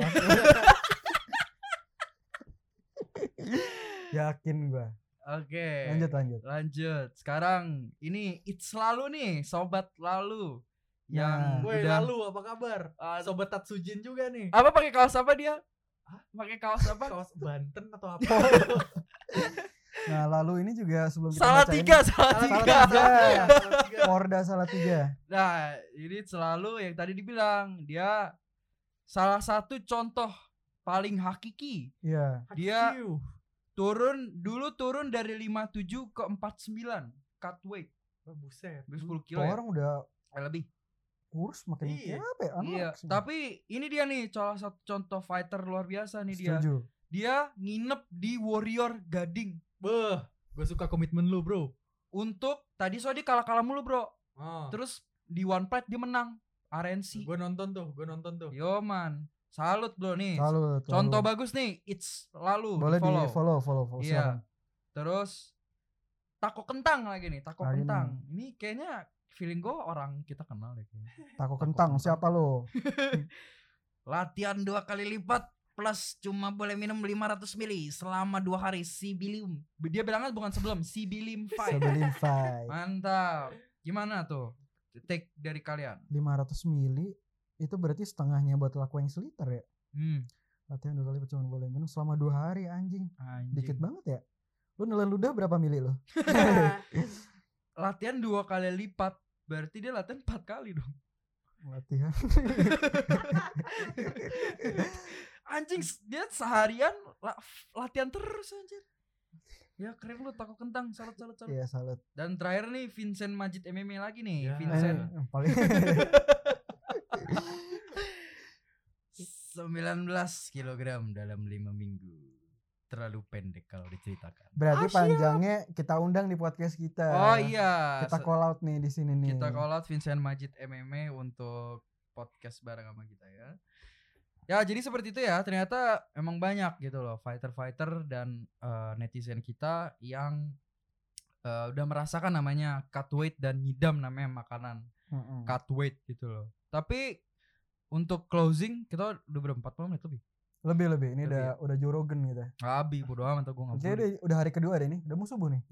Yakin gue. Oke. Lanjut. Sekarang ini It's Lalu nih, sobat Lalu. Yang udah Lalu apa kabar? Sobat Tatsujin juga nih. Apa pakai kaos apa dia? Pakai kaos apa? Kaos Banten atau apa? Nah, Lalu ini juga sebelum kita salah tiga. Porda salah 3. Nah, ini selalu yang tadi dibilang dia salah satu contoh paling hakiki. Iya. Dia turun dari 57 ke 49 cut weight. Buset. 10 kilo ya? Orang udah lebih kurus makin apa ya? Iya. Tapi ini dia nih salah satu contoh fighter luar biasa nih. Setuju. Dia nginep di Warrior Gading. Gue suka komitmen lu bro. Untuk tadi soalnya dia kalah mulu bro. Terus di One Fight dia menang RNC. Gue nonton tuh. Yo man, salut bro nih. Salut. Contoh bagus nih, It's Lalu. Boleh di follow. Iya. Terus Tako Kentang lagi nih, Tako Kentang. Ini kayaknya feeling gue orang kita kenal deh kayaknya. Tako Kentang siapa lo? Latihan 2 kali lipat plus cuma boleh minum 500 ml selama 2 hari. Sibilim. Dia bilangnya bukan sebelum, Sibilim Fight. Mantap. Gimana tuh? Take dari kalian. 500 ml itu berarti setengahnya botol aqua yang seliter ya. Latihan 2 kali cuma boleh minum selama 2 hari anjing. Dikit banget ya. Lu nelen ludah berapa mili lo? Latihan 2 kali lipat berarti dia latihan 4 kali dong. Latihan. Anjing dia seharian latihan terus anjir. Ya keren lu, Tako Kentang, salut. Iya salut. Dan terakhir nih Vincent Majid MMA lagi nih, ya. Vincent. Paling 19 kg dalam 5 minggu. Terlalu pendek kalau diceritakan. Berarti panjangnya kita undang di podcast kita. Oh iya. Kita call out nih di sini nih. Kita call out Vincent Majid MMA untuk podcast bareng sama kita ya. Ya jadi seperti itu ya. Ternyata emang banyak gitu loh fighter-fighter dan netizen kita yang udah merasakan namanya cut weight dan ngidam namanya makanan cut weight gitu loh. Tapi untuk closing kita udah berapa 40 menit lebih. Lebih ini udah Jorogen gitu. Abi bodo amat gua enggak. Jadi udah hari kedua deh nih, udah mau subuh nih.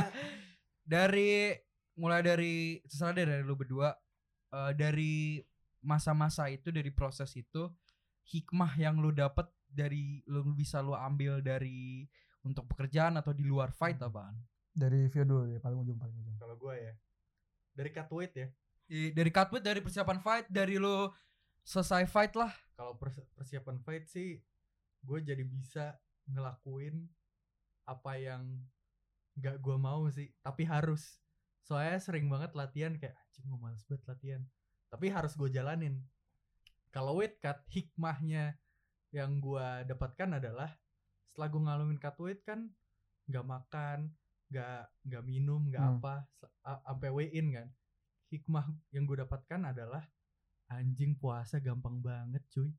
Mulai dari terserah deh dari lu berdua, dari masa-masa itu, dari proses itu, hikmah yang lu dapet dari lu bisa lu ambil dari untuk pekerjaan atau di luar fight apaan? Dari Vio dulu ya, paling ujung. Kalau gue ya dari cut weight ya. Dari cut weight, dari persiapan fight, dari lu selesai fight lah. Kalau persiapan fight sih gue jadi bisa ngelakuin apa yang gak gue mau sih, tapi harus. Soalnya sering banget latihan kayak anjing gue males banget latihan, tapi harus gue jalanin. Kalau weight cut, hikmahnya yang gue dapatkan adalah setelah gue ngalamin cut weight kan gak makan, gak minum, gak apa, sampai weigh in kan. Hikmah yang gue dapatkan adalah anjing puasa gampang banget cuy.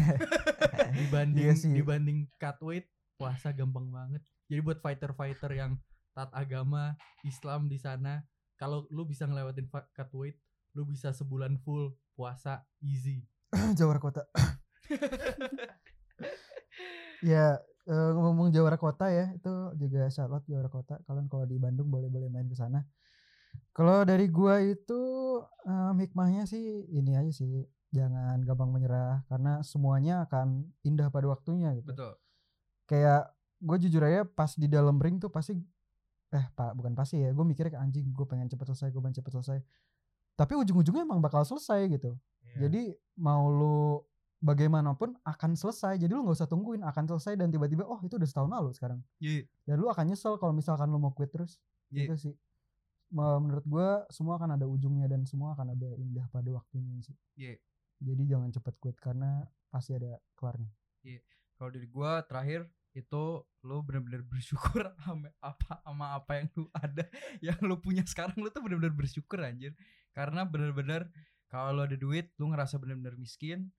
dibanding cut weight, puasa gampang banget. Jadi buat fighter yang taat agama Islam di sana, kalau lu bisa ngelewatin cut weight, lu bisa sebulan full puasa easy. Jawara Kota. Ya, ngomong Jawara Kota ya, itu juga shout out Jawara Kota. Kalian kalau di Bandung boleh main ke sana. Kalau dari gua itu hikmahnya sih ini aja sih, jangan gampang menyerah karena semuanya akan indah pada waktunya gitu. Betul. Kayak gue jujur aja pas di dalam ring tuh pasti bukan pasti ya, gue mikirnya kayak anjing gue pengen cepet selesai. Tapi ujung-ujungnya emang bakal selesai gitu. Yeah. Jadi mau lu bagaimanapun akan selesai. Jadi lu gak usah tungguin, akan selesai dan tiba-tiba oh itu udah setahun lalu sekarang. Yeah. Dan lu akan nyesel kalau misalkan lu mau quit terus. Yeah. Gitu sih. Menurut gue semua akan ada ujungnya dan semua akan ada indah pada waktunya sih. Yeah. Jadi jangan cepet quit karena pasti ada kelarnya. Yeah. Kalau dari gue terakhir itu lu benar-benar bersyukur sama apa yang lu ada, yang lu punya sekarang. Lu tuh benar-benar bersyukur anjir, karena benar-benar kalau lu ada duit lu ngerasa benar-benar miskin,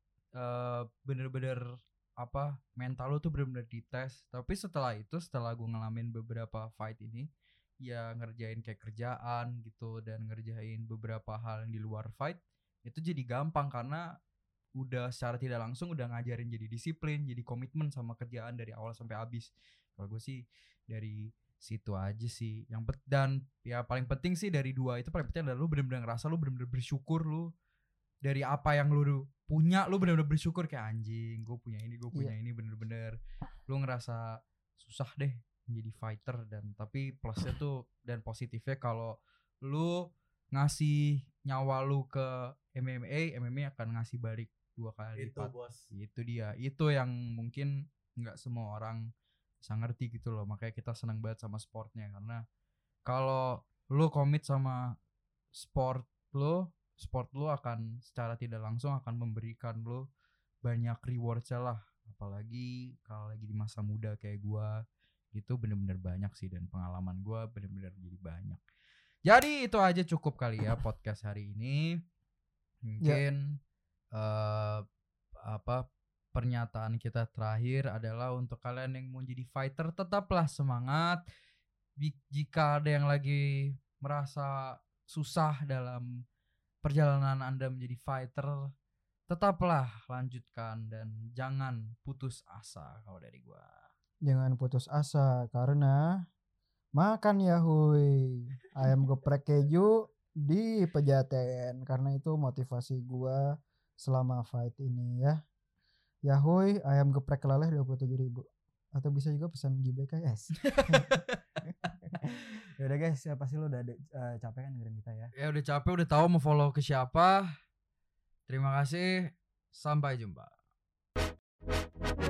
benar-benar mental lu tuh benar-benar dites. Tapi setelah gue ngalamin beberapa fight ini, ya ngerjain kayak kerjaan gitu dan ngerjain beberapa hal yang di luar fight, itu jadi gampang karena udah secara tidak langsung udah ngajarin jadi disiplin, jadi komitmen sama kerjaan dari awal sampai habis. Kalau gue sih dari situ aja sih. Dan ya paling penting sih dari dua itu, paling penting adalah lu benar-benar ngerasa lu benar-benar bersyukur lu dari apa yang lu punya. Lu benar-benar bersyukur kayak anjing gue punya ini, bener-bener lu ngerasa susah deh menjadi fighter. Dan tapi plusnya tuh dan positifnya kalau lu ngasih nyawa lu ke MMA akan ngasih balik 2 kali lipat. Itu dia. Itu yang mungkin nggak semua orang bisa ngerti gitu loh. Makanya kita senang banget sama sportnya, karena kalau lu komit sama sport lu akan secara tidak langsung akan memberikan lu banyak rewardnya lah. Apalagi kalau lagi di masa muda kayak gua gitu, bener-bener banyak sih, dan pengalaman gua bener-bener jadi banyak. Jadi itu aja cukup kali ya podcast hari ini. Mungkin pernyataan kita terakhir adalah untuk kalian yang mau jadi fighter, tetaplah semangat. Jika ada yang lagi merasa susah dalam perjalanan Anda menjadi fighter, tetaplah lanjutkan dan jangan putus asa. Kalau dari gua, jangan putus asa karena makan ya huy ayam geprek keju di Pejaten, karena itu motivasi gua selama fight ini ya. Yahui ayam geprek keleleh 27.000. Atau bisa juga pesan GBK guys. Ya udah guys, ya pasti lo udah capek kan dengerin kita ya. Ya udah capek, udah tahu mau follow ke siapa. Terima kasih, sampai jumpa.